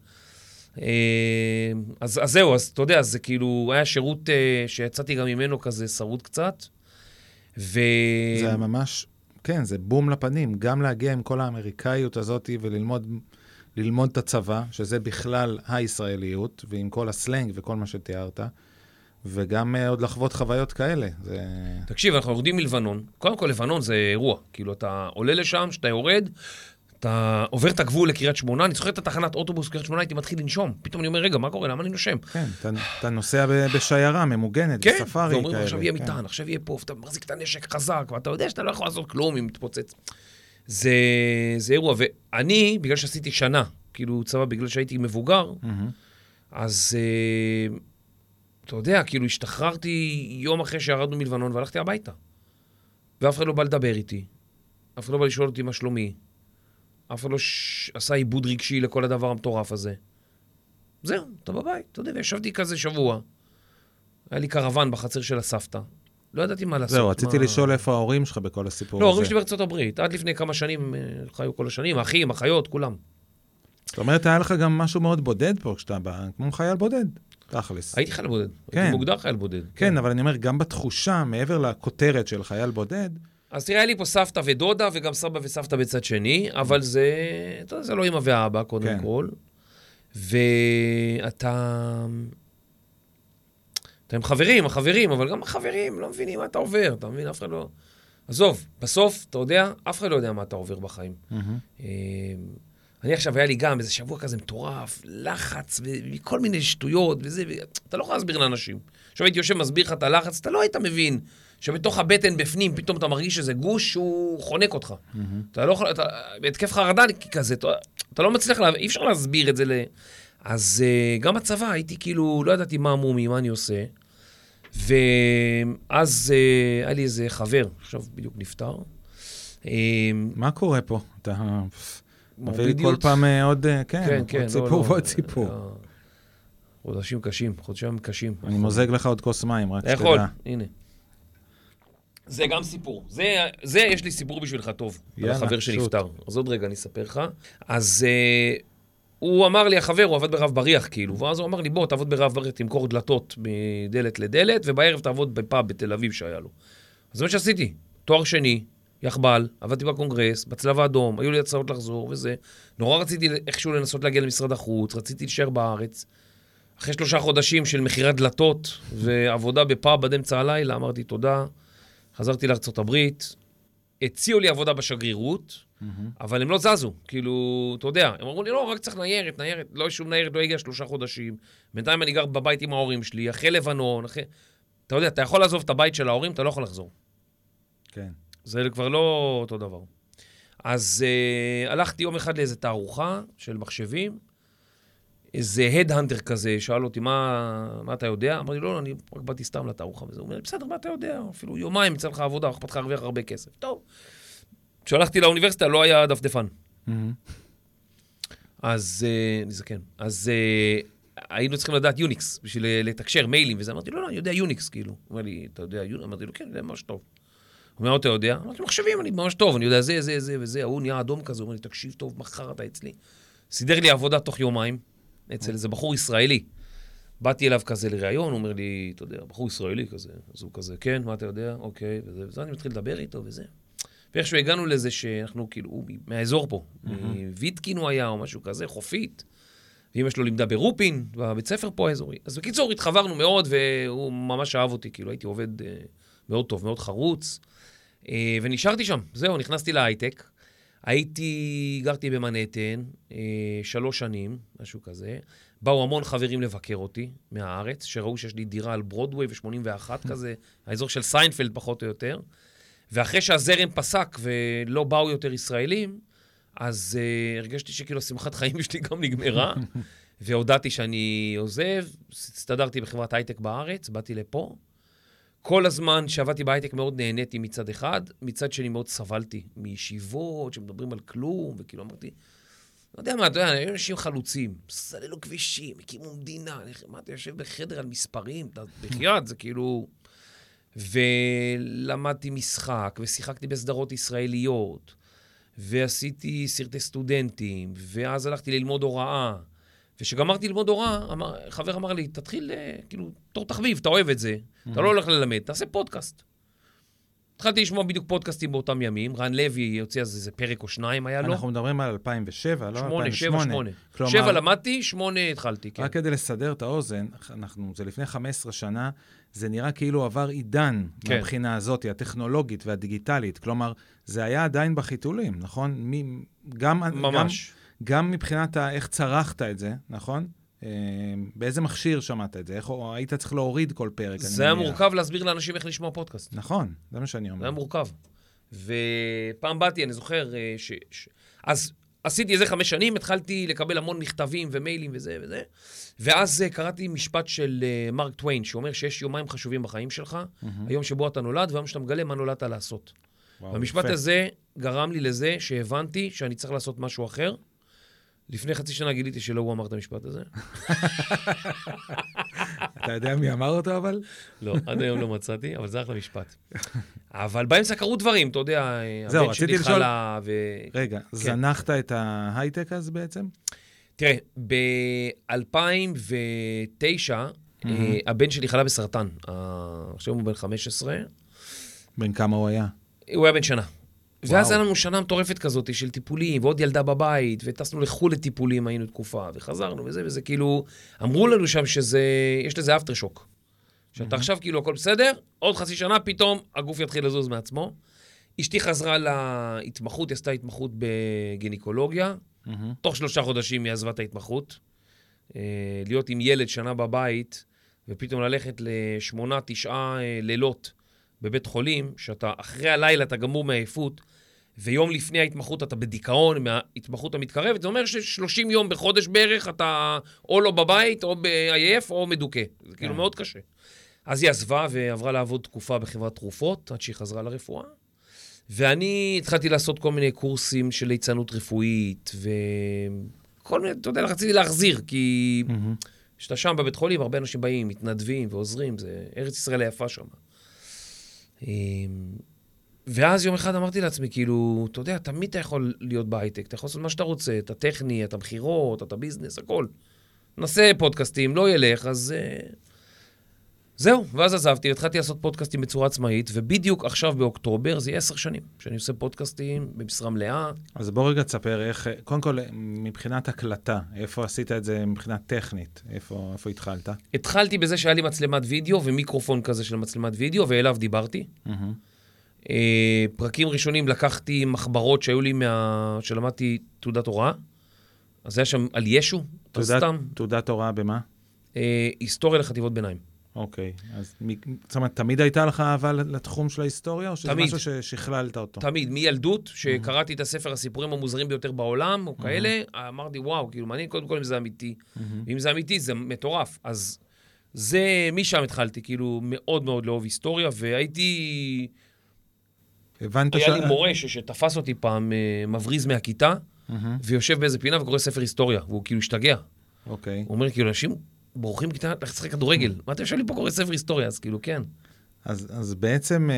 אז, אז זהו, אז אתה יודע, זה כאילו, היה שירות שיצאתי גם ממנו כזה שרוד קצת, ו... זה היה ממש, כן, זה בום לפנים, גם להגיע עם כל האמריקאיות הזאת וללמוד ללמוד את הצבא, שזה בכלל הישראליות, ועם כל הסלנג וכל מה שתיארת, וגם עוד לחוות חוויות כאלה. זה... תקשיב, אנחנו יורדים מלבנון, קודם כל לבנון זה אירוע, כאילו אתה עולה לשם, שאתה יורד, אתה עובר את הגבול לקריית שמונה, אני זוכר את התחנת אוטובוס קריית שמונה, הייתי מתחיל לנשום. פתאום אני אומר, רגע, מה קורה? למה אני נושם? כן, אתה, אתה נוסע בשיירה, ממוגנת, כן, בספארי ואומרים, כאלה. עכשיו יהיה כן. מטען, עכשיו יהיה פה, אתה מחזיק את הנשק חזק, ואתה יודע שאתה לא יכול לעשות כלום אם מתפוצץ. זה, זה אירוע, ואני, בגלל שעשיתי שנה, כאילו צבא, בגלל שהייתי מבוגר, mm-hmm. אז, uh, אתה יודע, כאילו השתחררתי יום אחרי שירדנו מלבנון, והלכתי הביתה. ואף אחד לא בא לדבר איתי. אף אחד לא בא לשאול אותי מה שלומי. אף אחד לא ש... עשה עיבוד רגשי לכל הדבר המטורף הזה. זהו, אתה בבית, אתה יודע, וישבתי כזה שבוע. היה לי קרוון בחצר של הסבתא. לא ידעתי מה לעשות. זהו, רציתי מה... לשאול איפה ההורים שלך בכל הסיפור לא, הזה. ההורים שלי בארצות הברית. עד לפני כמה שנים חיו כל השנים, אחים, אחיות, כולם. זאת אומרת, היה לך גם משהו מאוד בודד פה, כשאתה בא, כמו חייל בודד, תכלס. הייתי חייל בודד. כן. הייתי מוגדר חייל בודד. כן, כן, אבל אני אומר, גם בתחושה, מעבר לכותרת של חייל בודד, אז תראה, היה לי פה סבתא ודודה, וגם סבא וסבתא בצד שני, אבל זה, אתה יודע, זה לא אמא ואבא, קודם כן. כל. ואתה... אתה עם חברים, החברים, אבל גם החברים לא מבינים מה אתה עובר, אתה מבין? אף אחד לא... עזוב, בסוף, אתה יודע, אף אחד לא יודע מה אתה עובר בחיים. Mm-hmm. אני עכשיו, היה לי גם איזה שבוע כזה מטורף, לחץ, וכל מיני שטויות, וזה, אתה לא יכול להסביר לאנשים. עכשיו הייתי יושב, מסביר לך את הלחץ, אתה לא היית מבין. שבתוך הבטן בפנים, פתאום אתה מרגיש שזה גוש שהוא חונק אותך. Mm-hmm. אתה לא יכול, אתה, בהתקף חרדה כזה, אתה, אתה לא מצליח, לה, אי אפשר להסביר את זה ל... אז uh, גם הצבא, הייתי כאילו, לא ידעתי מה מומי, מה אני עושה. ואז uh, היה לי איזה חבר, עכשיו בדיוק נפטר. מה קורה פה? אתה מביא כל פעם עוד, כן, כן, עוד כן, סיפור לא, ועוד לא, סיפור. לא. חודשים קשים, חודשים קשים. אני מוזג לך עוד כוס מים, רק שתדע. יכול, הנה. זה גם סיפור. זה, זה יש לי סיפור בשבילך טוב. על החבר שנפטר. אז עוד רגע אני אספר לך. אז uh, הוא אמר לי, החבר, הוא עבד ברב בריח, כאילו. ואז הוא אמר לי, בוא, תעבוד ברב בריח, תמכור דלתות מדלת לדלת, ובערב תעבוד בפאב בתל אביב שהיה לו. אז זה מה שעשיתי. תואר שני, יחבל, עבדתי בקונגרס, בצלב האדום, היו לי הצעות לחזור וזה. נורא רציתי איכשהו לנסות להגיע למשרד החוץ, רציתי להישאר בארץ. אחרי שלושה חודשים של מחירת דלתות ועבודה בפאב עד אמצע הלילה, אמרתי תודה. חזרתי לארצות הברית, הציעו לי עבודה בשגרירות, mm-hmm. אבל הם לא זזו, כאילו, אתה יודע, הם אמרו לי, לא, רק צריך ניירת, ניירת, לא שום ניירת, לא הגיע שלושה חודשים, בינתיים אני גר בבית עם ההורים שלי, אחרי לבנון, אחרי... אתה יודע, אתה יכול לעזוב את הבית של ההורים, אתה לא יכול לחזור. כן. זה כבר לא אותו דבר. אז uh, הלכתי יום אחד לאיזו תערוכה של מחשבים, איזה הדהנטר כזה, שאל אותי, מה, מה אתה יודע? אמרתי, לא, אני רק באתי סתם לתערוכה וזה. הוא אומר, בסדר, מה אתה יודע? אפילו יומיים יצא לך עבודה, אכפת לך להרוויח הרבה כסף. טוב. כשהלכתי לאוניברסיטה, לא היה דפדפן. אז, זה כן. אז היינו צריכים לדעת יוניקס, בשביל לתקשר מיילים וזה. אמרתי, לא, לא, אני יודע יוניקס, כאילו. הוא אומר לי, אתה יודע יוניקס? אמרתי לו, כן, אני יודע ממש טוב. הוא אומר, אתה יודע? אמרתי, מחשבים, אני ממש טוב, אני יודע זה, זה, זה וזה. הוא נהיה אדום כזה, הוא אומר לי, תקשיב טוב, מחר אתה אצלי. סידר לי עבודה תוך יומיים. אצל איזה בחור ישראלי. באתי אליו כזה לראיון, הוא אומר לי, אתה יודע, בחור ישראלי כזה. אז הוא כזה, כן, מה אתה יודע? אוקיי, וזה, וזה אני מתחיל לדבר איתו וזה. ואיכשהו הגענו לזה שאנחנו כאילו, הוא מהאזור פה, מוויטקין הוא היה או משהו כזה, חופית. ואמא שלו לימדה ברופין, בבית ספר פה האזורי. אז בקיצור, התחברנו מאוד, והוא ממש אהב אותי, כאילו הייתי עובד מאוד טוב, מאוד חרוץ. ונשארתי שם, זהו, נכנסתי להייטק. הייתי, גרתי במנהטן, אה, שלוש שנים, משהו כזה. באו המון חברים לבקר אותי מהארץ, שראו שיש לי דירה על ברודווי ו-שמונים ואחת כזה, האזור של סיינפלד פחות או יותר. ואחרי שהזרם פסק ולא באו יותר ישראלים, אז אה, הרגשתי שכאילו שמחת חיים שלי גם נגמרה, והודעתי שאני עוזב, הסתדרתי בחברת הייטק בארץ, באתי לפה. כל הזמן שעבדתי בהייטק מאוד נהניתי מצד אחד, מצד שני מאוד סבלתי מישיבות שמדברים על כלום, וכאילו אמרתי, לא יודע מה, אתה יודע, היו אנשים חלוצים, סללו כבישים, הקימו מדינה, מה, אתה יושב בחדר על מספרים, אתה בחייאת, זה כאילו... ולמדתי משחק, ושיחקתי בסדרות ישראליות, ועשיתי סרטי סטודנטים, ואז הלכתי ללמוד הוראה, ושגמרתי ללמוד הוראה, אמר, חבר אמר לי, תתחיל, כאילו, תור תחביב, אתה אוהב את זה, mm-hmm. אתה לא הולך ללמד, תעשה פודקאסט. התחלתי לשמוע בדיוק פודקאסטים באותם ימים, רן לוי יוצא אז איזה פרק או שניים היה לו. אנחנו מדברים על אלפיים ושבע, לא אלפיים ושמונה. שבע, שמונה. כלומר, שבע למדתי, שמונה התחלתי, כן. רק כדי לסדר את האוזן, אנחנו, זה לפני חמש עשרה שנה, זה נראה כאילו עבר עידן כן. מהבחינה הזאת, הטכנולוגית והדיגיטלית. כלומר, זה היה עדיין בחיתולים, נכון? מ, גם, ממש. גם, גם מבחינת איך צרכת את זה, נכון? באיזה מכשיר שמעת את זה? איך היית צריך להוריד כל פרק? זה היה מורכב להסביר לאנשים איך לשמוע פודקאסט. נכון, זה מה שאני אומר. זה היה מורכב. ופעם באתי, אני זוכר, ש... ש... אז עשיתי איזה חמש שנים, התחלתי לקבל המון מכתבים ומיילים וזה וזה, ואז קראתי משפט של מרק טוויין, שאומר שיש יומיים חשובים בחיים שלך, היום שבו אתה נולד, והיום שאתה מגלה מה נולדת לעשות. המשפט הזה גרם לי לזה שהבנתי שאני צריך לעשות משהו אחר, לפני חצי שנה גיליתי שלא הוא אמר את המשפט הזה. אתה יודע מי אמר אותו אבל? לא, עד היום לא מצאתי, אבל זה אחלה משפט. אבל באמצע קרו דברים, אתה יודע, הבן שלי חלה ו... רגע, זנחת את ההייטק אז בעצם? תראה, ב-אלפיים ותשע, הבן שלי חלה בסרטן. עכשיו הוא בן חמש עשרה. בן כמה הוא היה? הוא היה בן שנה. ואז היה לנו שנה מטורפת כזאת של טיפולים, ועוד ילדה בבית, וטסנו לחול לטיפולים, היינו תקופה, וחזרנו וזה, וזה כאילו, אמרו לנו שם שזה, יש לזה אפטר שוק. שאתה עכשיו כאילו הכל בסדר, עוד חצי שנה פתאום הגוף יתחיל לזוז מעצמו. אשתי חזרה להתמחות, היא עשתה התמחות בגינקולוגיה, תוך שלושה חודשים היא עזבה את ההתמחות, להיות עם ילד שנה בבית, ופתאום ללכת לשמונה, תשעה לילות, בבית חולים, שאתה אחרי הלילה אתה גמור מהעייפות, ויום לפני ההתמחות אתה בדיכאון, מההתמחות המתקרבת, זה אומר ש-שלושים יום בחודש בערך אתה או לא בבית, או בעייף, או מדוכא. זה כאילו מאוד קשה. אז היא עזבה ועברה לעבוד תקופה בחברת תרופות, עד שהיא חזרה לרפואה. ואני התחלתי לעשות כל מיני קורסים של ליצנות רפואית, וכל מיני, אתה יודע, רציתי להחזיר, כי כשאתה שם בבית חולים, הרבה אנשים באים, מתנדבים ועוזרים, זה ארץ ישראל היפה שם. ואז יום אחד אמרתי לעצמי, כאילו, אתה יודע, תמיד אתה יכול להיות בהייטק, אתה יכול לעשות מה שאתה רוצה, אתה טכני, אתה בחירות, אתה ביזנס, הכל. נעשה פודקאסטים, לא ילך, אז זהו. ואז עזבתי, התחלתי לעשות פודקאסטים בצורה עצמאית, ובדיוק עכשיו באוקטובר, זה יהיה עשר שנים, שאני עושה פודקאסטים במשרה מלאה. אז בוא רגע תספר איך, קודם כל, מבחינת הקלטה, איפה עשית את זה מבחינת טכנית? איפה, איפה התחלת? התחלתי בזה שהיה לי מצלמת וידאו, ומיקרופון כזה של מצלמת וידאו, ואליו דיברתי. Uh, פרקים ראשונים לקחתי מחברות שהיו לי מה... שלמדתי תעודת הוראה. אז היה שם על ישו, תעודת, תעודת הוראה במה? Uh, היסטוריה לחטיבות ביניים. אוקיי, אז זאת אומרת, תמיד הייתה לך אהבה לתחום של ההיסטוריה, או שזה תמיד. משהו ששכללת אותו? תמיד, מילדות, שקראתי את הספר הסיפורים המוזרים ביותר בעולם, או כאלה, אמרתי, וואו, כאילו, מעניין קודם כל אם זה אמיתי. ואם זה אמיתי, זה מטורף. אז זה, משם התחלתי, כאילו, מאוד מאוד לאהוב היסטוריה, והייתי... הבנת היה לי מורה שתפס אותי פעם מבריז מהכיתה, ויושב באיזה פינה וקורא ספר היסטוריה, והוא כאילו השתגע. אוקיי. הוא אומר, כאילו, אנשים בורחים בכיתה, לך תשחק כדורגל. מה אתה יושב לי פה קורא ספר היסטוריה? אז כאילו, כן. אז, אז בעצם,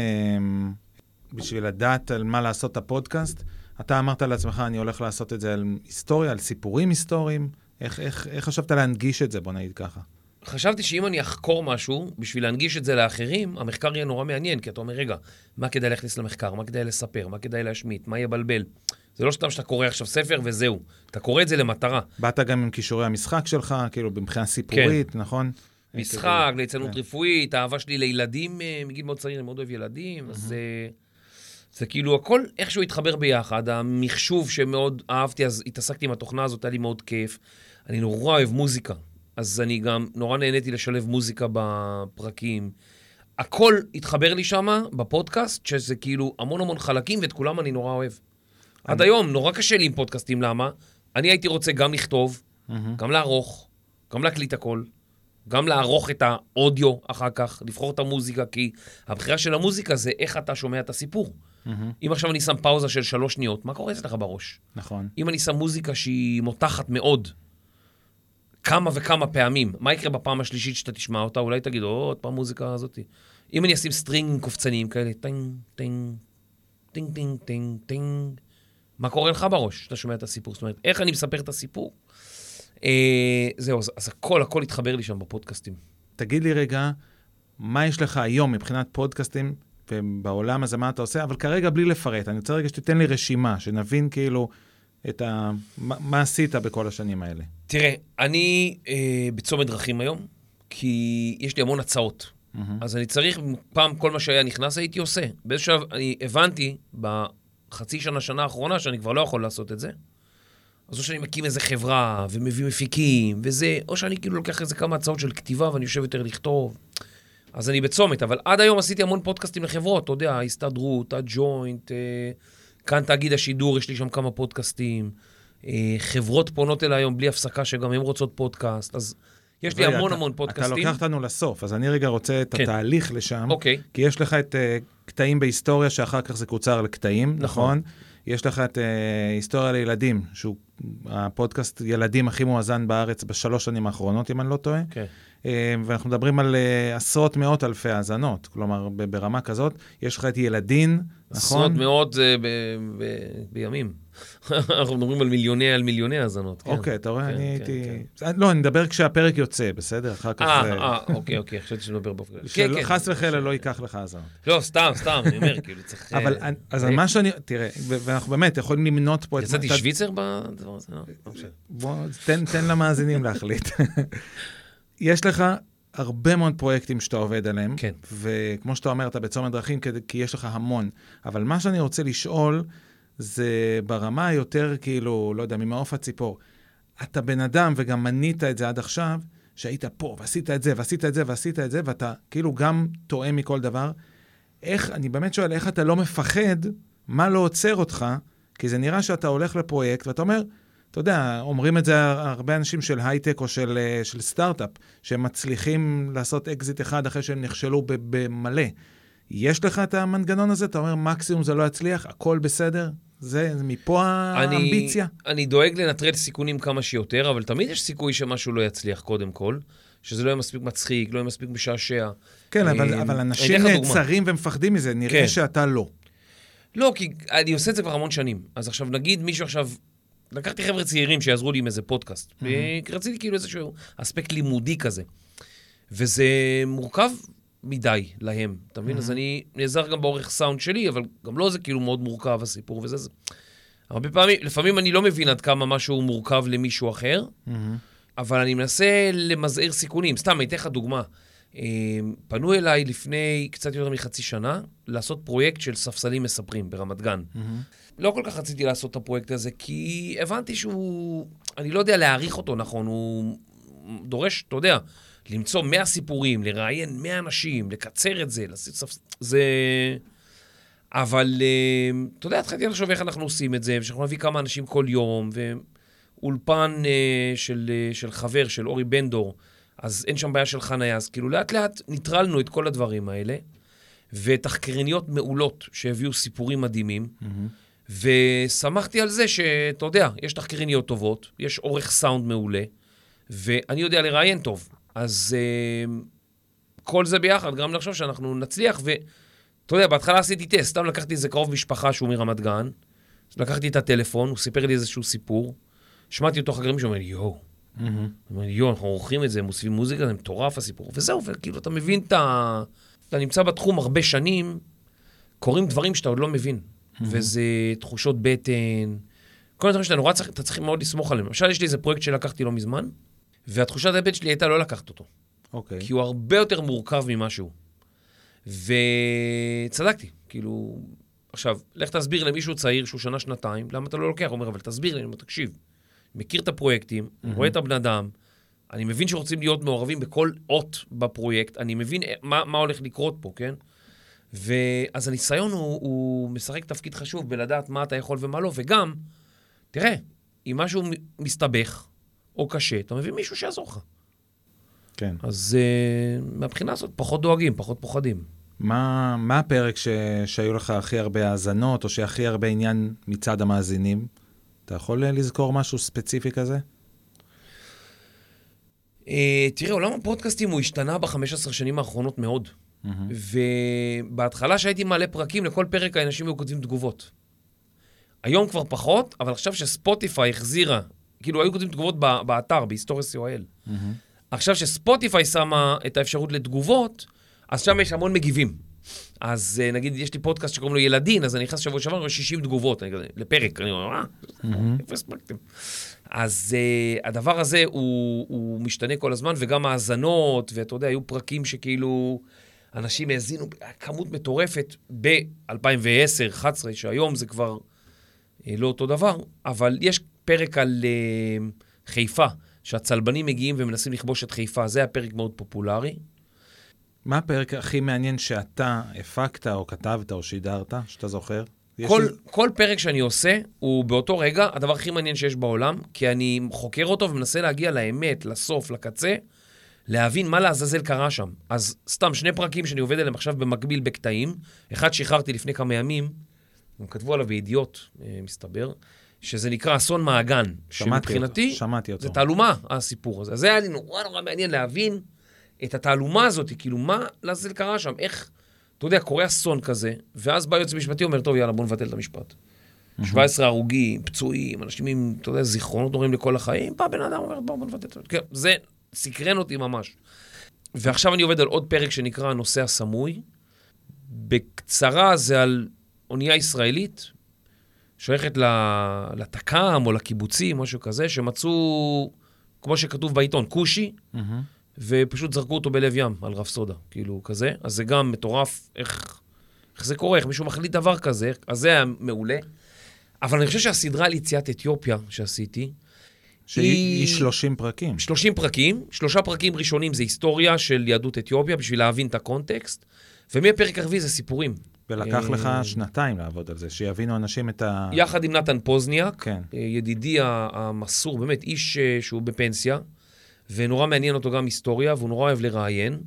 בשביל לדעת על מה לעשות את הפודקאסט, אתה אמרת לעצמך, אני הולך לעשות את זה על היסטוריה, על סיפורים היסטוריים. איך, איך, איך חשבת להנגיש את זה? בוא נגיד ככה. חשבתי שאם אני אחקור משהו, בשביל להנגיש את זה לאחרים, המחקר יהיה נורא מעניין, כי אתה אומר, רגע, מה כדאי להכניס למחקר? מה כדאי לספר? מה כדאי להשמיט? מה יבלבל? זה לא סתם שאתה קורא עכשיו ספר וזהו. אתה קורא את זה למטרה. באת גם עם כישורי המשחק שלך, כאילו במחינה סיפורית, כן. נכון? משחק, ליצנות כן. רפואית, האהבה שלי לילדים, מגיל מאוד צעיר, אני מאוד אוהב ילדים, אז זה, זה כאילו הכל איכשהו התחבר ביחד, המחשוב שמאוד אהבתי, אז התעסקתי עם התוכנה הזאת, היה לי מאוד כיף. אני נורא אוהב מוזיקה. אז אני גם נורא נהניתי לשלב מוזיקה בפרקים. הכל התחבר לי שם בפודקאסט, שזה כאילו המון המון חלקים, ואת כולם אני נורא אוהב. עד היום, נורא קשה לי עם פודקאסטים, למה? אני הייתי רוצה גם לכתוב, גם לערוך, גם להקליט הכל, גם לערוך את האודיו אחר כך, לבחור את המוזיקה, כי הבחירה של המוזיקה זה איך אתה שומע את הסיפור. אם עכשיו אני שם פאוזה של שלוש שניות, מה קורה אצלך בראש? נכון. אם אני שם מוזיקה שהיא מותחת מאוד, כמה וכמה פעמים. מה יקרה בפעם השלישית שאתה תשמע אותה? אולי תגיד, עוד פעם מוזיקה הזאת. אם אני אשים סטרינג קופצניים כאלה, טינג, טינג, טינג, טינג, טינג, טינג. מה קורה לך בראש שאתה שומע את הסיפור? זאת אומרת, איך אני מספר את הסיפור? אה, זהו, אז, אז הכל, הכל התחבר לי שם בפודקאסטים. תגיד לי רגע, מה יש לך היום מבחינת פודקאסטים, ובעולם הזה מה אתה עושה? אבל כרגע בלי לפרט. אני רוצה רגע שתיתן לי רשימה, שנבין כאילו... את ה... מה, מה עשית בכל השנים האלה? תראה, אני אה, בצומת דרכים היום, כי יש לי המון הצעות. Mm-hmm. אז אני צריך, פעם כל מה שהיה נכנס הייתי עושה. באיזשהו שלב אני הבנתי בחצי שנה, שנה האחרונה, שאני כבר לא יכול לעשות את זה. אז או שאני מקים איזה חברה, ומביא מפיקים, וזה, או שאני כאילו לוקח איזה כמה הצעות של כתיבה, ואני יושב יותר לכתוב. אז אני בצומת, אבל עד היום עשיתי המון פודקאסטים לחברות, אתה יודע, ההסתדרות, הג'וינט, אה, כאן תאגיד השידור, יש לי שם כמה פודקאסטים, חברות פונות אליי היום בלי הפסקה, שגם הן רוצות פודקאסט, אז יש לי המון המון פודקאסטים. אתה לוקח אותנו לסוף, אז אני רגע רוצה את התהליך לשם, כי יש לך את קטעים בהיסטוריה, שאחר כך זה קוצר לקטעים, נכון? יש לך את היסטוריה לילדים, שהוא הפודקאסט ילדים הכי מואזן בארץ בשלוש שנים האחרונות, אם אני לא טועה. ואנחנו מדברים על עשרות מאות אלפי האזנות, כלומר, ברמה כזאת, יש לך את ילדין, נכון? עשרות מאות זה בימים. אנחנו מדברים על מיליוני על מיליוני האזנות. אוקיי, אתה רואה, אני הייתי... לא, אני מדבר כשהפרק יוצא, בסדר? אחר כך זה... אה, אוקיי, אוקיי, חשבתי שנדבר באופן. חס וחלילה לא ייקח לך האזנות. לא, סתם, סתם, אני אומר, כאילו צריך... אבל, אז מה שאני... תראה, ואנחנו באמת יכולים למנות פה את... יצאתי שוויצר בדבר הזה? בוא, תן למאזינים להחליט. יש לך הרבה מאוד פרויקטים שאתה עובד עליהם, כן. וכמו שאתה אומר, אתה בצומת דרכים, כי יש לך המון. אבל מה שאני רוצה לשאול, זה ברמה היותר, כאילו, לא יודע, ממעוף הציפור. אתה בן אדם, וגם מנית את זה עד עכשיו, שהיית פה, ועשית את זה, ועשית את זה, ועשית את זה, ואתה כאילו גם טועה מכל דבר. איך, אני באמת שואל, איך אתה לא מפחד, מה לא עוצר אותך, כי זה נראה שאתה הולך לפרויקט, ואתה אומר, אתה יודע, אומרים את זה הרבה אנשים של הייטק או של, של סטארט-אפ, שהם מצליחים לעשות אקזיט אחד אחרי שהם נכשלו במלא. יש לך את המנגנון הזה? אתה אומר, מקסימום זה לא יצליח, הכל בסדר? זה, זה מפה האמביציה? אני, אני דואג לנטרל סיכונים כמה שיותר, אבל תמיד יש סיכוי שמשהו לא יצליח קודם כל, שזה לא יהיה מספיק מצחיק, לא יהיה מספיק משעשע. כן, אבל, אבל אנשים נעצרים ומפחדים מזה, נראה כן. שאתה לא. לא, כי אני עושה את זה כבר המון שנים. אז עכשיו נגיד מישהו עכשיו, לקחתי חבר'ה צעירים שיעזרו לי עם איזה פודקאסט, mm-hmm. ורציתי כאילו איזשהו אספקט לימודי כזה. וזה מורכב מדי להם, אתה מבין? Mm-hmm. אז אני נעזר גם באורך סאונד שלי, אבל גם לא זה כאילו מאוד מורכב הסיפור, וזה זה. הרבה פעמים, לפעמים אני לא מבין עד כמה משהו מורכב למישהו אחר, mm-hmm. אבל אני מנסה למזער סיכונים. סתם, אני אתן לך דוגמה. פנו אליי לפני קצת יותר מחצי שנה, לעשות פרויקט של ספסלים מספרים ברמת גן. Mm-hmm. לא כל כך רציתי לעשות את הפרויקט הזה, כי הבנתי שהוא, אני לא יודע להעריך אותו נכון, הוא דורש, אתה יודע, למצוא מאה סיפורים, לראיין מאה אנשים, לקצר את זה, לעשות ספס... זה... אבל, אתה יודע, התחלתי לחשוב איך אנחנו עושים את זה, ושאנחנו נביא כמה אנשים כל יום, ואולפן של, של חבר, של אורי בנדור, אז אין שם בעיה של חניה, אז כאילו לאט לאט ניטרלנו את כל הדברים האלה, ותחקרניות מעולות שהביאו סיפורים מדהימים, mm-hmm. ושמחתי על זה שאתה יודע, יש תחקרניות טובות, יש אורך סאונד מעולה, ואני יודע לראיין טוב. אז uh, כל זה ביחד, גם לחשוב שאנחנו נצליח, ואתה יודע, בהתחלה עשיתי טסט, סתם לקחתי איזה קרוב משפחה שהוא מרמת גן, אז לקחתי את הטלפון, הוא סיפר לי איזשהו סיפור, שמעתי אותו חגרים שאומר לי, יואו, mm-hmm. אומר לי, יואו, אנחנו עורכים את זה, מוסיפים מוזיקה, זה מטורף הסיפור, וזהו, וכאילו אתה מבין את ה... אתה נמצא בתחום הרבה שנים, קוראים דברים שאתה עוד לא מבין, mm-hmm. וזה תחושות בטן, כל הדברים שאתה נורא צריך, אתה צריך מאוד לסמוך עליהם. למשל, יש לי איזה פרויקט שלקחתי לא מזמן, והתחושת הבטן שלי הייתה לא לקחת אותו. אוקיי. כי הוא הרבה יותר מורכב ממשהו. וצדקתי, כאילו... עכשיו, לך תסביר למישהו צעיר שהוא שנה, שנתיים, למה אתה לא לוקח? הוא אומר, אבל תסביר לי, אני אומר, תקשיב, מכיר את הפרויקטים, mm-hmm. רואה את הבן אדם, אני מבין שרוצים להיות מעורבים בכל אות בפרויקט, אני מבין מה, מה הולך לקרות פה, כן? ואז הניסיון הוא, הוא משחק תפקיד חשוב בלדעת מה אתה יכול ומה לא, וגם, תראה, אם משהו מסתבך או קשה, אתה מביא מישהו שיעזור לך. כן. אז uh, מהבחינה הזאת פחות דואגים, פחות פוחדים. מה, מה הפרק ש, שהיו לך הכי הרבה האזנות, או שהכי הרבה עניין מצד המאזינים? אתה יכול לזכור משהו ספציפי כזה? Uh, תראה, עולם הפודקאסטים הוא השתנה ב-חמש עשרה שנים האחרונות מאוד. Mm-hmm. ובהתחלה שהייתי מעלה פרקים, לכל פרק האנשים היו כותבים תגובות. היום כבר פחות, אבל עכשיו שספוטיפיי החזירה, כאילו היו כותבים תגובות באתר, בהיסטוריה סי או אל. Mm-hmm. עכשיו שספוטיפיי שמה את האפשרות לתגובות, אז שם יש המון מגיבים. אז נגיד, יש לי פודקאסט שקוראים לו ילדין, אז אני נכנס שבוע שעבר, יש שישים תגובות אני, לפרק. אני אומר, אה, איפה הספקתם? אז uh, הדבר הזה הוא, הוא משתנה כל הזמן, וגם האזנות, ואתה יודע, היו פרקים שכאילו אנשים האזינו כמות מטורפת ב-אלפיים ועשר אחת עשרה, שהיום זה כבר uh, לא אותו דבר, אבל יש פרק על uh, חיפה, שהצלבנים מגיעים ומנסים לכבוש את חיפה, זה הפרק מאוד פופולרי. מה הפרק הכי מעניין שאתה הפקת או כתבת או שידרת, שאתה זוכר? כל, כל פרק שאני עושה הוא באותו רגע הדבר הכי מעניין שיש בעולם, כי אני חוקר אותו ומנסה להגיע לאמת, לסוף, לקצה, להבין מה לעזאזל קרה שם. אז סתם שני פרקים שאני עובד עליהם עכשיו במקביל בקטעים, אחד שחררתי לפני כמה ימים, הם כתבו עליו בידיעות, מסתבר, שזה נקרא אסון מעגן. שמעתי אותו, שמעתי אותו. זה תעלומה, הסיפור הזה. אז זה היה לי נורא נורא מעניין להבין את התעלומה הזאת, כאילו מה לעזאזל קרה שם, איך... אתה יודע, קורה אסון כזה, ואז בא יועץ משפטי, אומר, טוב, יאללה, בוא נבטל את המשפט. שבע עשרה הרוגים, פצועים, אנשים עם, אתה יודע, זיכרונות נוראים לכל החיים, בא בן אדם, אומר, בוא, בוא נבטל את המשפט. זה סקרן אותי ממש. ועכשיו אני עובד על עוד פרק שנקרא הנושא הסמוי. בקצרה זה על אונייה ישראלית, שייכת לתקם או לקיבוצים, משהו כזה, שמצאו, כמו שכתוב בעיתון, קושי, ופשוט זרקו אותו בלב ים, על רף סודה, כאילו כזה. אז זה גם מטורף, איך, איך זה קורה, איך מישהו מחליט דבר כזה, אז זה היה מעולה. אבל אני חושב שהסדרה על יציאת אתיופיה שעשיתי, שהיא שלושים פרקים. שלושים פרקים, שלושה פרקים ראשונים זה היסטוריה של יהדות אתיופיה, בשביל להבין את הקונטקסט, ומהפרק הרביעי זה סיפורים. ולקח לך שנתיים לעבוד על זה, שיבינו אנשים את ה... יחד עם נתן פוזניאק, כן. ידידי המסור, באמת איש שהוא בפנסיה, ונורא מעניין אותו גם היסטוריה, והוא נורא אוהב לראיין.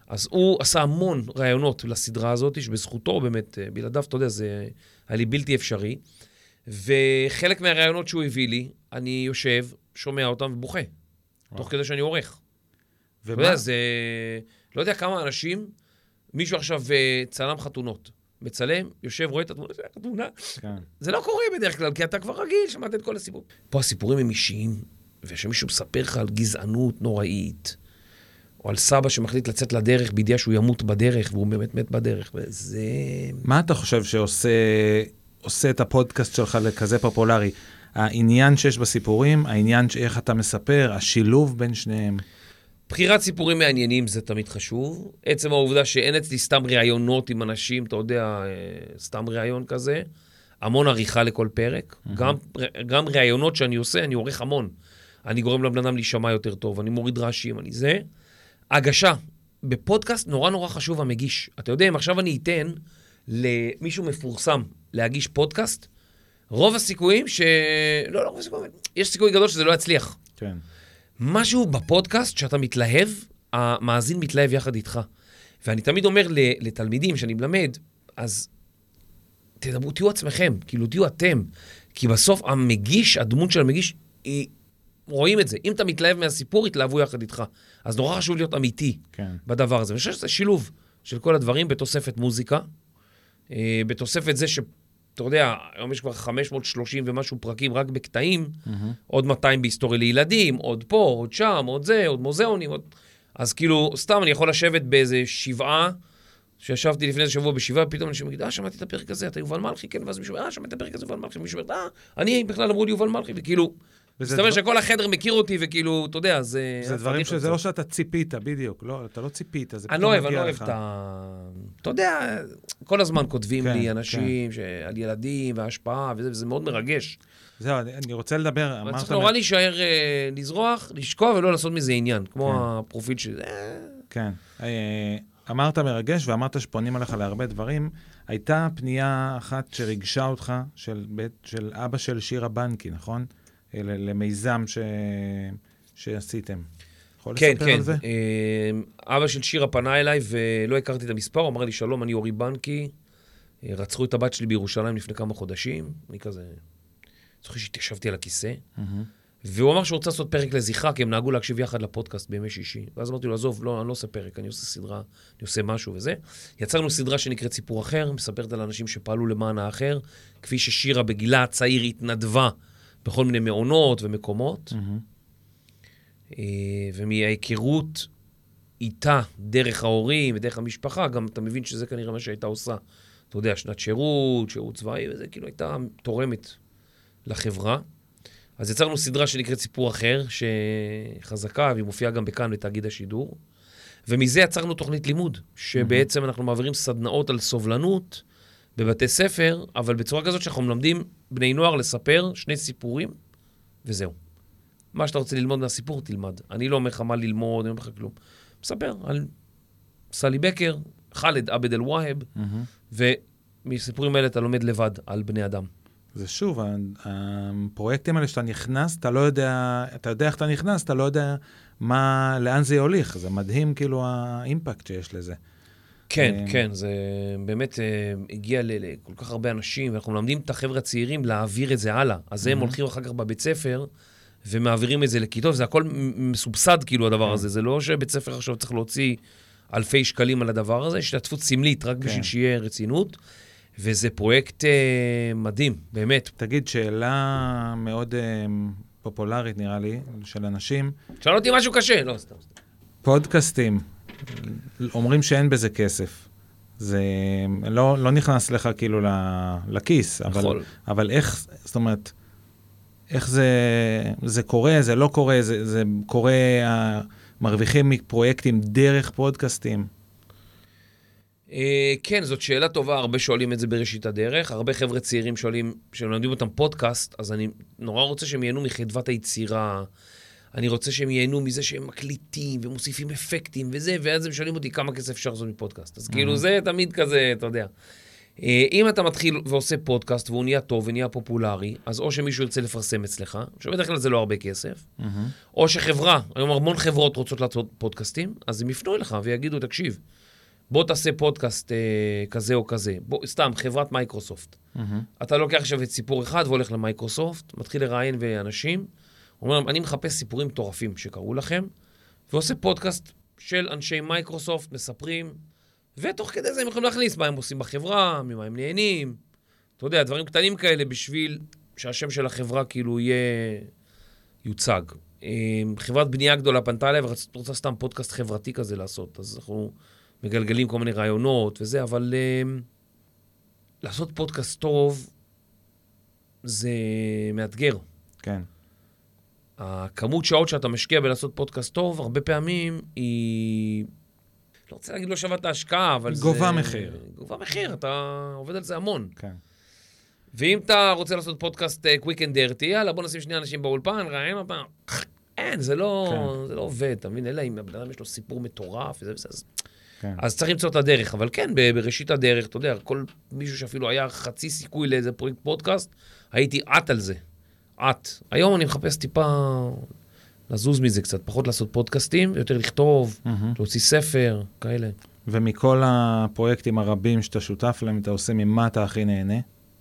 אז הוא עשה המון רעיונות לסדרה הזאת, שבזכותו באמת, בלעדיו, אתה יודע, זה היה לי בלתי אפשרי. וחלק מהרעיונות שהוא הביא לי, אני יושב, שומע אותם ובוכה. תוך כדי שאני עורך. ומה? זה, לא יודע כמה אנשים, מישהו עכשיו צלם חתונות. מצלם, יושב, רואה את התמונה, זה חתונה. זה לא קורה בדרך כלל, כי אתה כבר רגיל, שמעת את כל הסיפור. פה הסיפורים הם אישיים, ושמישהו מספר לך על גזענות נוראית, או על סבא שמחליט לצאת לדרך, בידיעה שהוא ימות בדרך, והוא באמת מת בדרך. וזה... מה אתה חושב שעושה עושה את הפודקאסט שלך לכזה פופולרי? העניין שיש בסיפורים, העניין איך אתה מספר, השילוב בין שניהם. בחירת סיפורים מעניינים זה תמיד חשוב. עצם העובדה שאין אצלי סתם ראיונות עם אנשים, אתה יודע, סתם ראיון כזה, המון עריכה לכל פרק. Mm-hmm. גם, גם ראיונות שאני עושה, אני עורך המון. אני גורם לבן אדם להישמע יותר טוב, אני מוריד רעשים, אני זה. הגשה, בפודקאסט נורא נורא חשוב המגיש. אתה יודע, אם עכשיו אני אתן למישהו מפורסם להגיש פודקאסט, רוב הסיכויים ש... לא, לא רוב הסיכויים, יש סיכוי גדול שזה לא יצליח. כן. משהו בפודקאסט שאתה מתלהב, המאזין מתלהב יחד איתך. ואני תמיד אומר לתלמידים שאני מלמד, אז תדברו, תהיו עצמכם, כאילו תהיו אתם. כי בסוף המגיש, הדמות של המגיש, היא... רואים את זה. אם אתה מתלהב מהסיפור, יתלהבו יחד איתך. אז נורא חשוב להיות אמיתי כן. בדבר הזה. אני חושב שזה שילוב של כל הדברים בתוספת מוזיקה, בתוספת זה ש... אתה יודע, היום יש כבר חמש מאות ושלושים ומשהו פרקים רק בקטעים, mm-hmm. עוד מאתיים בהיסטוריה לילדים, עוד פה, עוד שם, עוד זה, עוד מוזיאונים, עוד... אז כאילו, סתם אני יכול לשבת באיזה שבעה, שישבתי לפני איזה שבוע בשבעה, פתאום אני שמגיד, אה, שמעתי את הפרק הזה, אתה יובל מלכי, כן, ואז מישהו, אה, שמעתי את הפרק הזה, יובל מלכי, ומישהו אומר, אה, אני בכלל אמרו לי יובל מלכי, וכאילו, זאת אומרת שכל החדר מכיר אותי, וכאילו, אתה יודע, זה... זה דברים שזה לא שאתה ציפית, בדיוק, לא, אתה לא ציפית, זה אני לא אוהב, אני לא אוהב את ה... אתה יודע, כל הזמן כותבים לי אנשים על ילדים וההשפעה, וזה מאוד מרגש. זהו, אני רוצה לדבר... אבל צריך נורא להישאר, לזרוח, לשקוע ולא לעשות מזה עניין, כמו הפרופיל של... כן. אמרת מרגש ואמרת שפונים עליך להרבה דברים. הייתה פנייה אחת שריגשה אותך, של אבא של שירה בנקי, נכון? למיזם ש... שעשיתם. יכול כן, לספר כן. על זה? אבא של שירה פנה אליי ולא הכרתי את המספר, הוא אמר לי, שלום, אני אורי בנקי, רצחו את הבת שלי בירושלים לפני כמה חודשים, אני כזה... זוכר שהתיישבתי על הכיסא, והוא אמר שהוא רוצה לעשות פרק לזכרה, כי הם נהגו להקשיב יחד לפודקאסט בימי שישי. ואז אמרתי לו, עזוב, לא, אני לא עושה פרק, אני עושה סדרה, אני עושה משהו וזה. יצרנו סדרה שנקראת סיפור אחר, מספרת על אנשים שפעלו למען האחר, כפי ששירה בגילה הצעיר התנדבה בכל מיני מעונות ומקומות. Mm-hmm. ומההיכרות איתה, דרך ההורים ודרך המשפחה, גם אתה מבין שזה כנראה מה שהייתה עושה. אתה יודע, שנת שירות, שירות צבאי, וזה כאילו הייתה תורמת לחברה. אז יצרנו סדרה שנקראת סיפור אחר, שחזקה, והיא מופיעה גם בכאן בתאגיד השידור. ומזה יצרנו תוכנית לימוד, שבעצם אנחנו מעבירים סדנאות על סובלנות בבתי ספר, אבל בצורה כזאת שאנחנו מלמדים בני נוער לספר שני סיפורים, וזהו. מה שאתה רוצה ללמוד מהסיפור, תלמד. אני לא אומר לך מה ללמוד, אני לא אומר לך כלום. מספר על סלי בקר, חאלד עבד אל-והאב, ומסיפורים האלה אתה לומד לבד על בני אדם. זה שוב, הפרויקטים האלה שאתה נכנס, אתה לא יודע, אתה יודע איך אתה נכנס, אתה לא יודע מה, לאן זה יוליך. זה מדהים כאילו האימפקט שיש לזה. כן, כן, זה באמת הגיע לכל כך הרבה אנשים, ואנחנו מלמדים את החבר'ה הצעירים להעביר את זה הלאה. אז הם הולכים אחר כך בבית ספר, ומעבירים את זה לכיתות, זה הכל מסובסד כאילו הדבר הזה. זה לא שבית ספר עכשיו צריך להוציא אלפי שקלים על הדבר הזה, יש השתתפות סמלית רק בשביל שיהיה רצינות. וזה פרויקט uh, מדהים, באמת. תגיד, שאלה מאוד uh, פופולרית, נראה לי, של אנשים. שאל אותי משהו קשה, לא, סתם. פודקאסטים, אומרים שאין בזה כסף. זה לא, לא נכנס לך כאילו לכיס, אבל, אבל איך, זאת אומרת, איך זה, זה קורה, זה לא קורה, זה, זה קורה, מרוויחים מפרויקטים דרך פודקאסטים. כן, זאת שאלה טובה, הרבה שואלים את זה בראשית הדרך, הרבה חבר'ה צעירים שואלים, שהם לומדים אותם פודקאסט, אז אני נורא רוצה שהם ייהנו מחדוות היצירה, אני רוצה שהם ייהנו מזה שהם מקליטים ומוסיפים אפקטים וזה, ואז הם שואלים אותי כמה כסף אפשר לעשות מפודקאסט. אז כאילו זה תמיד כזה, אתה יודע. אם אתה מתחיל ועושה פודקאסט והוא נהיה טוב ונהיה פופולרי, אז או שמישהו ירצה לפרסם אצלך, שבדרך כלל זה לא הרבה כסף, mm-hmm. או שחברה, היום המון חברות רוצות לעשות פודקאסטים, אז הם יפנו אליך ויגידו, תקשיב, בוא תעשה פודקאסט אה, כזה או כזה, בוא, סתם, חברת מייקרוסופט. Mm-hmm. אתה לוקח עכשיו את סיפור אחד והולך למייקרוסופט, מתחיל לראיין ואנשים, אומר להם, אני מחפש סיפורים מטורפים שקראו לכם, ועושה פודקאסט של אנשי מייקרוסופט, מספרים, ותוך כדי זה הם יכולים להכניס מה הם עושים בחברה, ממה הם נהנים, אתה יודע, דברים קטנים כאלה בשביל שהשם של החברה כאילו יהיה יוצג. חברת בנייה גדולה פנתה עליה ורוצה סתם פודקאסט חברתי כזה לעשות, אז אנחנו מגלגלים כל מיני רעיונות וזה, אבל לעשות פודקאסט טוב זה מאתגר. כן. הכמות שעות שאתה משקיע בלעשות פודקאסט טוב, הרבה פעמים היא... לא רוצה להגיד לא שווה את ההשקעה, אבל זה... גובה מחיר. גובה מחיר, אתה עובד על זה המון. כן. ואם אתה רוצה לעשות פודקאסט quick and dirty, יאללה, בוא נשים שני אנשים באולפן, ראיין אותם. אין, זה לא, כן. זה לא עובד, אתה מבין? אלא אם הבן אדם יש לו סיפור מטורף, וזה וזה, אז... כן. אז צריך למצוא את הדרך. אבל כן, בראשית הדרך, אתה יודע, כל מישהו שאפילו היה חצי סיכוי לאיזה פרויקט פודקאסט, הייתי עט על זה. עט. היום אני מחפש טיפה... לזוז מזה קצת, פחות לעשות פודקאסטים, יותר לכתוב, mm-hmm. להוציא ספר, כאלה. ומכל הפרויקטים הרבים שאתה שותף להם, אתה עושה ממה אתה הכי נהנה?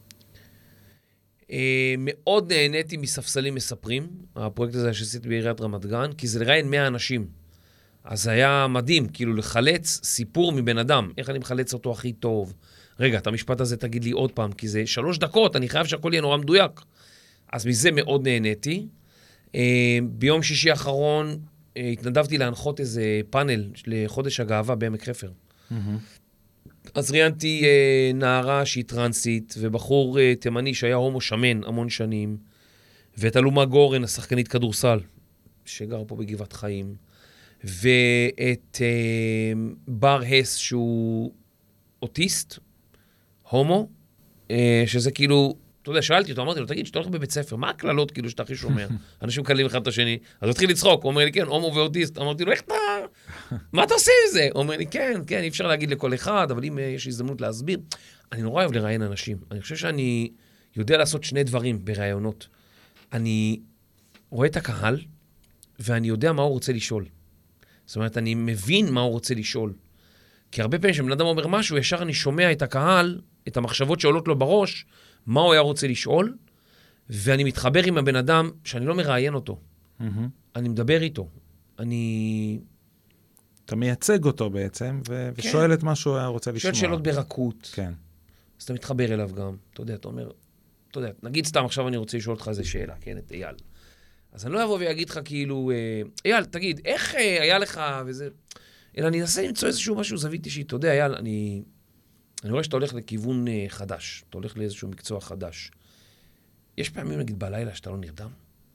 אה, מאוד נהניתי מספסלים מספרים, הפרויקט הזה שעשיתי בעיריית רמת גן, כי זה לראיין מאה אנשים. אז היה מדהים, כאילו לחלץ סיפור מבן אדם, איך אני מחלץ אותו הכי טוב. רגע, את המשפט הזה תגיד לי עוד פעם, כי זה שלוש דקות, אני חייב שהכל יהיה נורא מדויק. אז מזה מאוד נהניתי. Uh, ביום שישי האחרון uh, התנדבתי להנחות איזה פאנל לחודש הגאווה בעמק חפר. Mm-hmm. אז ראיינתי uh, נערה שהיא טרנסית, ובחור uh, תימני שהיה הומו שמן המון שנים, ואת אלומה גורן, השחקנית כדורסל, שגר פה בגבעת חיים, ואת uh, בר הס שהוא אוטיסט, הומו, uh, שזה כאילו... אתה יודע, שאלתי אותו, אמרתי לו, תגיד, שאתה הולך בבית ספר, מה הכללות כאילו שאתה הכי שומע? אנשים קלים אחד את השני, אז הוא התחיל לצחוק, הוא אומר לי, כן, הומו ואוטיסט. אמרתי לו, איך אתה... מה אתה עושה עם זה? הוא אומר לי, כן, כן, אי אפשר להגיד לכל אחד, אבל אם יש הזדמנות להסביר, אני נורא אוהב לראיין אנשים. אני חושב שאני יודע לעשות שני דברים בראיונות. אני רואה את הקהל, ואני יודע מה הוא רוצה לשאול. זאת אומרת, אני מבין מה הוא רוצה לשאול. כי הרבה פעמים כשבן אדם אומר משהו, ישר אני שומע את הקהל, את המחשבות שעולות לו בראש, מה הוא היה רוצה לשאול, ואני מתחבר עם הבן אדם שאני לא מראיין אותו. Mm-hmm. אני מדבר איתו. אני... אתה מייצג אותו בעצם, ו... כן. ושואל את מה שהוא היה רוצה לשמוע. שואל שאלות ברכות. כן. אז אתה מתחבר אליו גם. אתה יודע, אתה אומר, אתה יודע, נגיד סתם עכשיו אני רוצה לשאול אותך איזה שאלה, כן, את אייל. אז אני לא אבוא ויגיד לך כאילו, אייל, תגיד, איך היה לך וזה... אלא אני אנסה למצוא איזשהו משהו זווית אישית. אתה יודע, אייל, אני... אני רואה שאתה הולך לכיוון חדש, אתה הולך לאיזשהו מקצוע חדש. יש פעמים, נגיד, בלילה שאתה לא נרדם?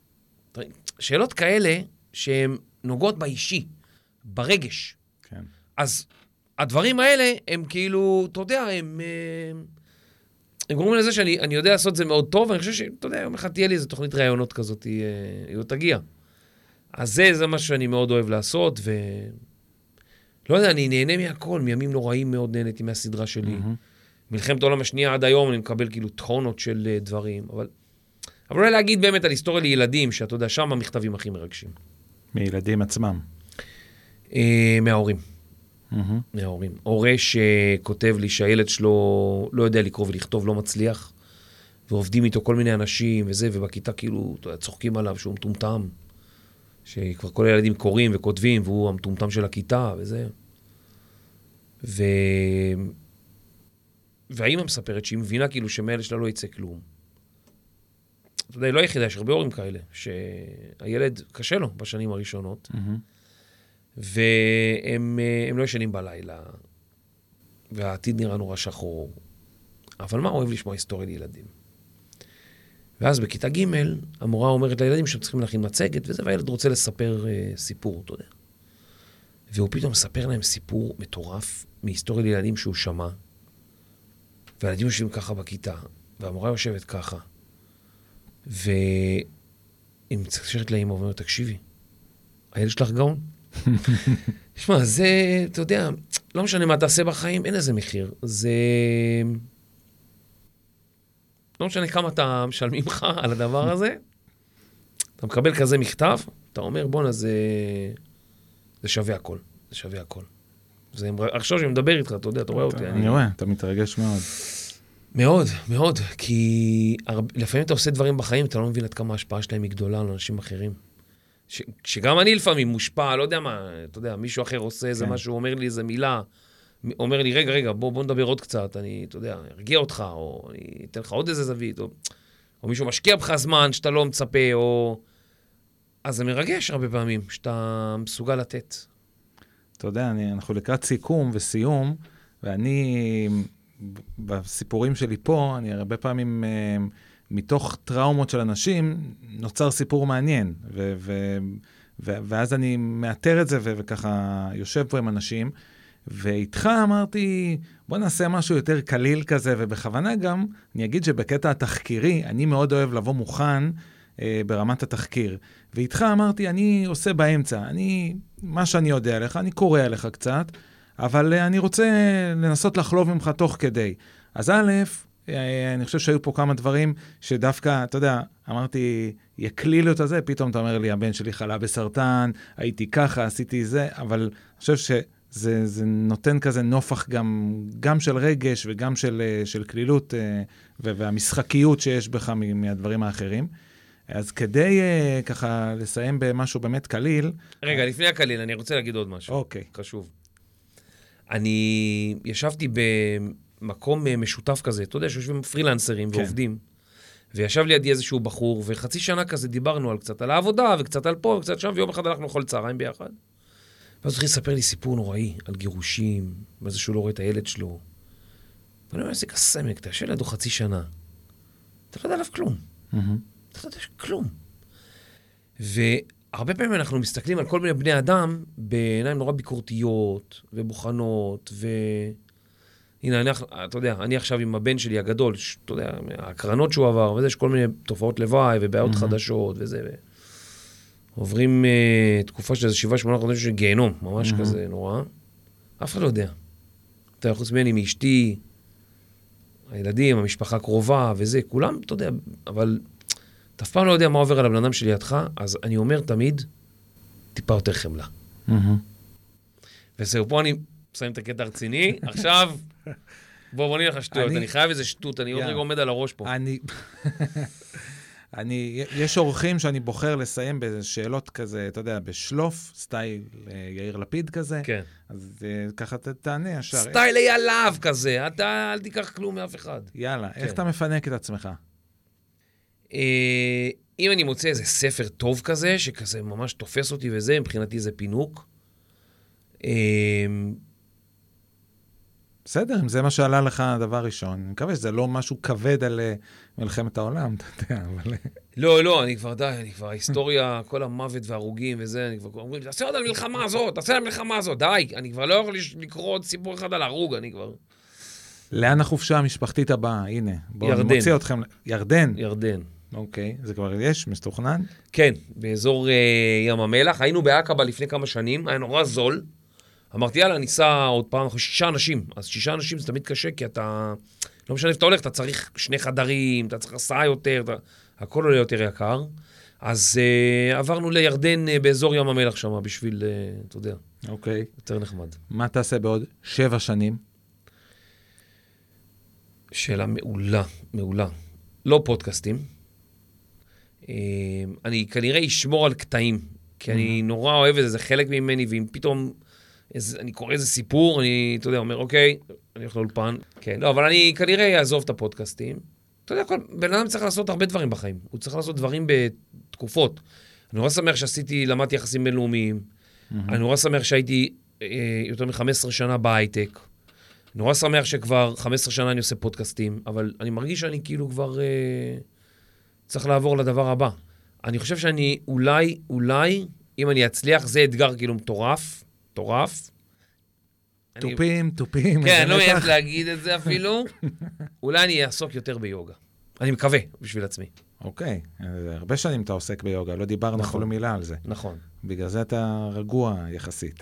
שאלות כאלה שהן נוגעות באישי, ברגש. כן. אז הדברים האלה הם כאילו, אתה יודע, הם, הם גורמים לזה שאני אני יודע לעשות את זה מאוד טוב, ואני חושב שאתה יודע, יום אחד תהיה לי איזו תוכנית ראיונות כזאת, היא, היא עוד תגיע. אז זה, זה מה שאני מאוד אוהב לעשות, ו... לא יודע, אני נהנה מהכל, מימים נוראים מאוד נהניתי מהסדרה שלי. Mm-hmm. מלחמת העולם השנייה עד היום, אני מקבל כאילו טחונות של דברים, אבל... אבל אולי להגיד באמת על היסטוריה לילדים, שאתה יודע, שם המכתבים הכי מרגשים. מילדים עצמם? אה, מההורים. Mm-hmm. מההורים. הורה שכותב לי שהילד שלו לא יודע לקרוא ולכתוב, לא מצליח, ועובדים איתו כל מיני אנשים וזה, ובכיתה כאילו, אתה יודע, צוחקים עליו שהוא מטומטם. שכבר כל הילדים קוראים וכותבים, והוא המטומטם של הכיתה, וזה. ו... והאמא מספרת שהיא מבינה כאילו שמהילד שלה לא יצא כלום. אתה יודע, לא היחידה, יש הרבה הורים כאלה, שהילד קשה לו בשנים הראשונות, mm-hmm. והם הם לא ישנים בלילה, והעתיד נראה נורא שחור. אבל מה אוהב לשמוע היסטוריה לילדים? ואז בכיתה ג' המורה אומרת לילדים שהם צריכים להכין מצגת, וזה, והילד רוצה לספר uh, סיפור, אתה יודע. והוא פתאום מספר להם סיפור מטורף מהיסטוריה לילדים שהוא שמע, והילדים יושבים ככה בכיתה, והמורה יושבת ככה, והיא מתקשרת לאמא ואומרת, תקשיבי, הילד שלך גאון? תשמע, זה, אתה יודע, לא משנה מה תעשה בחיים, אין איזה מחיר. זה... לא משנה כמה אתה משלמים לך על הדבר הזה, אתה מקבל כזה מכתב, אתה אומר, בוא, זה, זה שווה הכל, זה שווה הכל. זה, עכשיו שאני מדבר איתך, אתה יודע, אתה רואה אותי. אני, אני רואה, אתה מתרגש מאוד. מאוד, מאוד, כי לפעמים אתה עושה דברים בחיים, אתה לא מבין עד כמה ההשפעה שלהם היא גדולה על אנשים אחרים. ש, שגם אני לפעמים מושפע, לא יודע מה, אתה יודע, מישהו אחר עושה איזה משהו, אומר לי איזה מילה, אומר לי, רגע, רגע, בוא, בוא נדבר עוד קצת, אני, אתה יודע, ארגיע אותך, או אני אתן לך עוד איזה זווית, או, או מישהו משקיע בך זמן שאתה לא מצפה, או... אז זה מרגש הרבה פעמים, שאתה מסוגל לתת. אתה יודע, אני, אנחנו לקראת סיכום וסיום, ואני, בסיפורים שלי פה, אני הרבה פעמים, מתוך טראומות של אנשים, נוצר סיפור מעניין, ו, ו, ו, ואז אני מאתר את זה, ו, וככה יושב פה עם אנשים, ואיתך אמרתי, בוא נעשה משהו יותר קליל כזה, ובכוונה גם, אני אגיד שבקטע התחקירי, אני מאוד אוהב לבוא מוכן אה, ברמת התחקיר. ואיתך אמרתי, אני עושה באמצע, אני, מה שאני יודע לך, אני קורא עליך קצת, אבל אה, אני רוצה לנסות לחלוב ממך תוך כדי. אז א', אה, אני חושב שהיו פה כמה דברים שדווקא, אתה יודע, אמרתי, יקלילו את הזה, פתאום אתה אומר לי, הבן שלי חלה בסרטן, הייתי ככה, עשיתי זה, אבל אני חושב ש... זה, זה נותן כזה נופח גם, גם של רגש וגם של, של כלילות והמשחקיות שיש בך מהדברים האחרים. אז כדי ככה לסיים במשהו באמת קליל... רגע, לפני הקליל, אני רוצה להגיד עוד משהו. אוקיי. חשוב. אני ישבתי במקום משותף כזה, אתה יודע, שיושבים פרילנסרים כן. ועובדים, וישב לידי איזשהו בחור, וחצי שנה כזה דיברנו על קצת על העבודה, וקצת על פה, וקצת שם, ויום אחד הלכנו לאכול צהריים ביחד. ואז הוא התחיל לספר לי סיפור נוראי על גירושים, ואז שהוא לא רואה את הילד שלו. ואני אומר, זה כסמק, אתה יושב לידו חצי שנה. אתה לא יודע עליו כלום. Mm-hmm. אתה לא יודע כלום. והרבה פעמים אנחנו מסתכלים על כל מיני בני אדם בעיניים נורא ביקורתיות ובוחנות, ו... הנה, אני, אתה יודע, אני עכשיו עם הבן שלי הגדול, ש, אתה יודע, ההקרנות שהוא עבר, וזה, יש כל מיני תופעות לוואי ובעיות mm-hmm. חדשות וזה, ו... עוברים uh, תקופה של איזה שבעה, שמונה חודשים של גיהנום, ממש mm-hmm. כזה נורא. אף אחד לא יודע. אתה חוץ ממני, מאשתי, הילדים, המשפחה קרובה וזה, כולם, אתה יודע, אבל אתה אף פעם לא יודע מה עובר על הבן אדם שלידך, אז אני אומר תמיד, טיפה יותר חמלה. Mm-hmm. וזהו, פה אני מסיים את הקטע הרציני, עכשיו, בוא, בוא נלך לשטויות, אני... אני חייב איזה שטות, אני yeah. עוד רגע עומד על הראש פה. אני... אני, יש אורחים שאני בוחר לסיים בשאלות כזה, אתה יודע, בשלוף, סטייל יאיר לפיד כזה. כן. אז ככה אתה תענה ישר. סטייל יעלב כזה, אתה אל תיקח כלום מאף אחד. יאללה, איך אתה מפנק את עצמך? אם אני מוצא איזה ספר טוב כזה, שכזה ממש תופס אותי וזה, מבחינתי זה פינוק. בסדר, אם זה מה שעלה לך דבר ראשון, אני מקווה שזה לא משהו כבד על מלחמת העולם, אתה יודע, אבל... לא, לא, אני כבר די, אני כבר, ההיסטוריה, כל המוות והרוגים וזה, אני כבר אומרים, תעשה עוד על מלחמה הזאת, תעשה על מלחמה הזאת, די, אני כבר לא יכול לקרוא עוד סיפור אחד על הרוג, אני כבר... לאן החופשה המשפחתית הבאה? הנה, בואו נמציא אתכם... ירדן? ירדן. אוקיי, זה כבר יש, מסתוכנן? כן, באזור ים המלח, היינו בעקבה לפני כמה שנים, היה נורא זול, אמרתי, יאללה, ניסע עוד פעם, אנחנו שישה אנשים. אז שישה אנשים זה תמיד קשה, כי אתה... לא משנה איפה אתה הולך, אתה צריך שני חדרים, אתה צריך הסעה יותר, אתה... הכל עולה יותר יקר. אז uh, עברנו לירדן uh, באזור ים המלח שם, בשביל, uh, אתה יודע, אוקיי. יותר נחמד. מה תעשה בעוד שבע שנים? שאלה מעולה, מעולה. לא פודקאסטים. Uh, אני כנראה אשמור על קטעים, כי אני נורא אוהב את זה, זה חלק ממני, ואם פתאום... איזה, אני קורא איזה סיפור, אני, אתה יודע, אומר, אוקיי, אני הולך לאולפן. כן, לא, אבל אני כנראה אעזוב את הפודקאסטים. אתה יודע, כל, בן אדם צריך לעשות הרבה דברים בחיים. הוא צריך לעשות דברים בתקופות. אני נורא שמח שעשיתי, למדתי יחסים בינלאומיים. Mm-hmm. אני נורא שמח שהייתי אה, יותר מ-חמש עשרה שנה בהייטק. אני נורא שמח שכבר חמש עשרה שנה אני עושה פודקאסטים, אבל אני מרגיש שאני כאילו כבר אה, צריך לעבור לדבר הבא. אני חושב שאני אולי, אולי, אם אני אצליח, זה אתגר כאילו מטורף. מטורף. טופים, טופים. כן, אני לא מעט להגיד את זה אפילו. אולי אני אעסוק יותר ביוגה. אני מקווה, בשביל עצמי. אוקיי. הרבה שנים אתה עוסק ביוגה, לא דיברנו אפילו מילה על זה. נכון. בגלל זה אתה רגוע יחסית.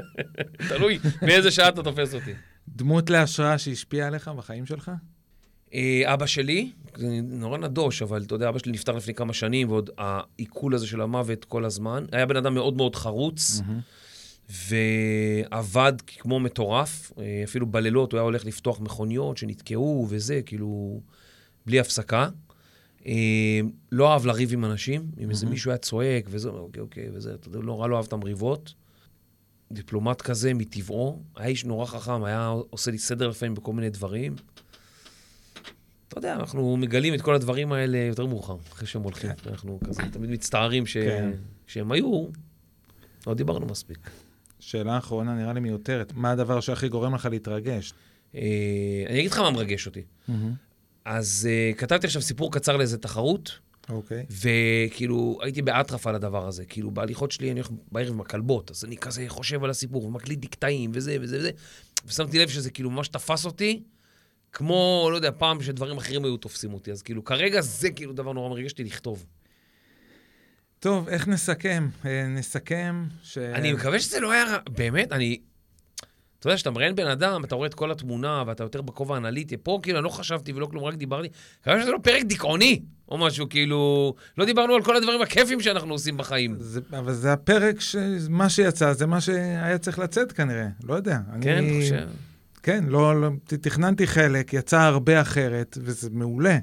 תלוי באיזה שעה אתה תופס אותי. דמות להשראה שהשפיעה עליך בחיים שלך? אבא שלי, זה נורא נדוש, אבל אתה יודע, אבא שלי נפטר לפני כמה שנים, ועוד העיכול הזה של המוות כל הזמן. היה בן אדם מאוד מאוד חרוץ, ועבד כמו מטורף, אפילו בלילות הוא היה הולך לפתוח מכוניות שנתקעו וזה, כאילו, בלי הפסקה. לא אהב לריב עם אנשים, אם איזה מישהו היה צועק וזה, אוקיי, אוקיי, וזה, אתה יודע, לא אהב את המריבות. דיפלומט כזה מטבעו, היה איש נורא חכם, היה עושה לי סדר לפעמים בכל מיני דברים. אתה יודע, אנחנו מגלים את כל הדברים האלה יותר מאוחר, אחרי שהם הולכים. אנחנו כזה תמיד מצטערים שהם היו, לא דיברנו מספיק. שאלה האחרונה נראה לי מיותרת. מה הדבר שהכי גורם לך להתרגש? אני אגיד לך מה מרגש אותי. אז כתבתי עכשיו סיפור קצר לאיזה תחרות, אוקיי. וכאילו הייתי באטרף על הדבר הזה. כאילו בהליכות שלי אני הולך בערב עם הכלבות, אז אני כזה חושב על הסיפור, ומקליט דיקטאים וזה וזה וזה, ושמתי לב שזה כאילו ממש תפס אותי, כמו, לא יודע, פעם שדברים אחרים היו תופסים אותי. אז כאילו כרגע זה כאילו דבר נורא מרגש אותי לכתוב. טוב, איך נסכם? נסכם ש... אני מקווה שזה לא היה... באמת, אני... אתה יודע, שאתה מראיין בן אדם, אתה רואה את כל התמונה, ואתה יותר בכובע האנליטי. פה, כאילו, אני לא חשבתי ולא כלום, רק דיברתי. מקווה שזה לא פרק דיכאוני, או משהו, כאילו... לא דיברנו על כל הדברים הכיפים שאנחנו עושים בחיים. זה, אבל זה הפרק שמה שיצא, זה מה שהיה צריך לצאת כנראה. לא יודע. כן, אני... אני חושב. כן, לא, לא... תכננתי חלק, יצא הרבה אחרת, וזה מעולה.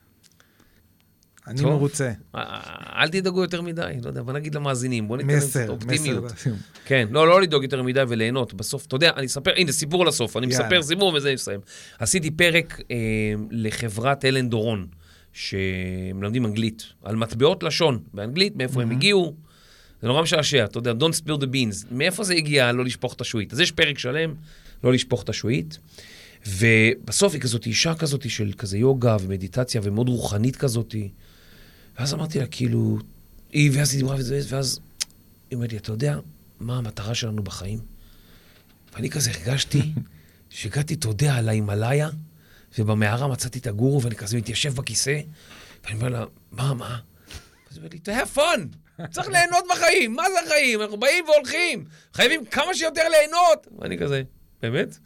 אני טוב. מרוצה. אל תדאגו יותר מדי, לא יודע, בוא נגיד למאזינים, בוא ניתן מסר, קצת אופטימיות. מסר. כן, לא, לא לדאוג יותר מדי וליהנות. בסוף, אתה יודע, אני אספר, הנה, סיפור לסוף, אני מספר סיפור וזה יסיים. עשיתי פרק אה, לחברת אלן דורון, שמלמדים אנגלית, על מטבעות לשון באנגלית, מאיפה הם הגיעו. זה נורא משעשע, אתה יודע, don't spill the beans. מאיפה זה הגיע לא לשפוך את השועית? אז יש פרק שלם, לא לשפוך את השועית. ובסוף היא כזאת אישה כזאת של כזה יוגה ומדיטציה ומאוד רוחנית כזאת. ואז אמרתי לה, כאילו, היא, ואז היא דיברה וזה, ואז היא אומרת לי, אתה יודע מה המטרה שלנו בחיים? ואני כזה הרגשתי שהגעתי, אתה יודע, על ההימאליה, ובמערה מצאתי את הגורו, ואני כזה מתיישב בכיסא, ואני אומר לה, מה, מה? אז היא אומרת לי, to have fun, צריך ליהנות בחיים, מה זה החיים? אנחנו באים והולכים, חייבים כמה שיותר ליהנות. ואני כזה, באמת?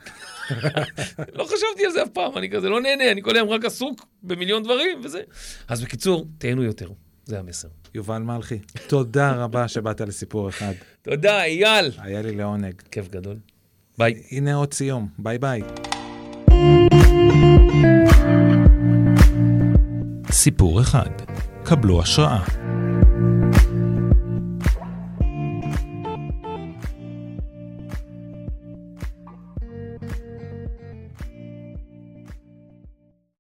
לא חשבתי על זה אף פעם, אני כזה לא נהנה, אני כל היום רק עסוק במיליון דברים וזה. אז בקיצור, תהנו יותר, זה המסר. יובל מלכי, תודה רבה שבאת לסיפור אחד. תודה, אייל. היה לי לעונג. כיף גדול. ביי. הנה עוד סיום, ביי ביי. סיפור אחד, קבלו השראה.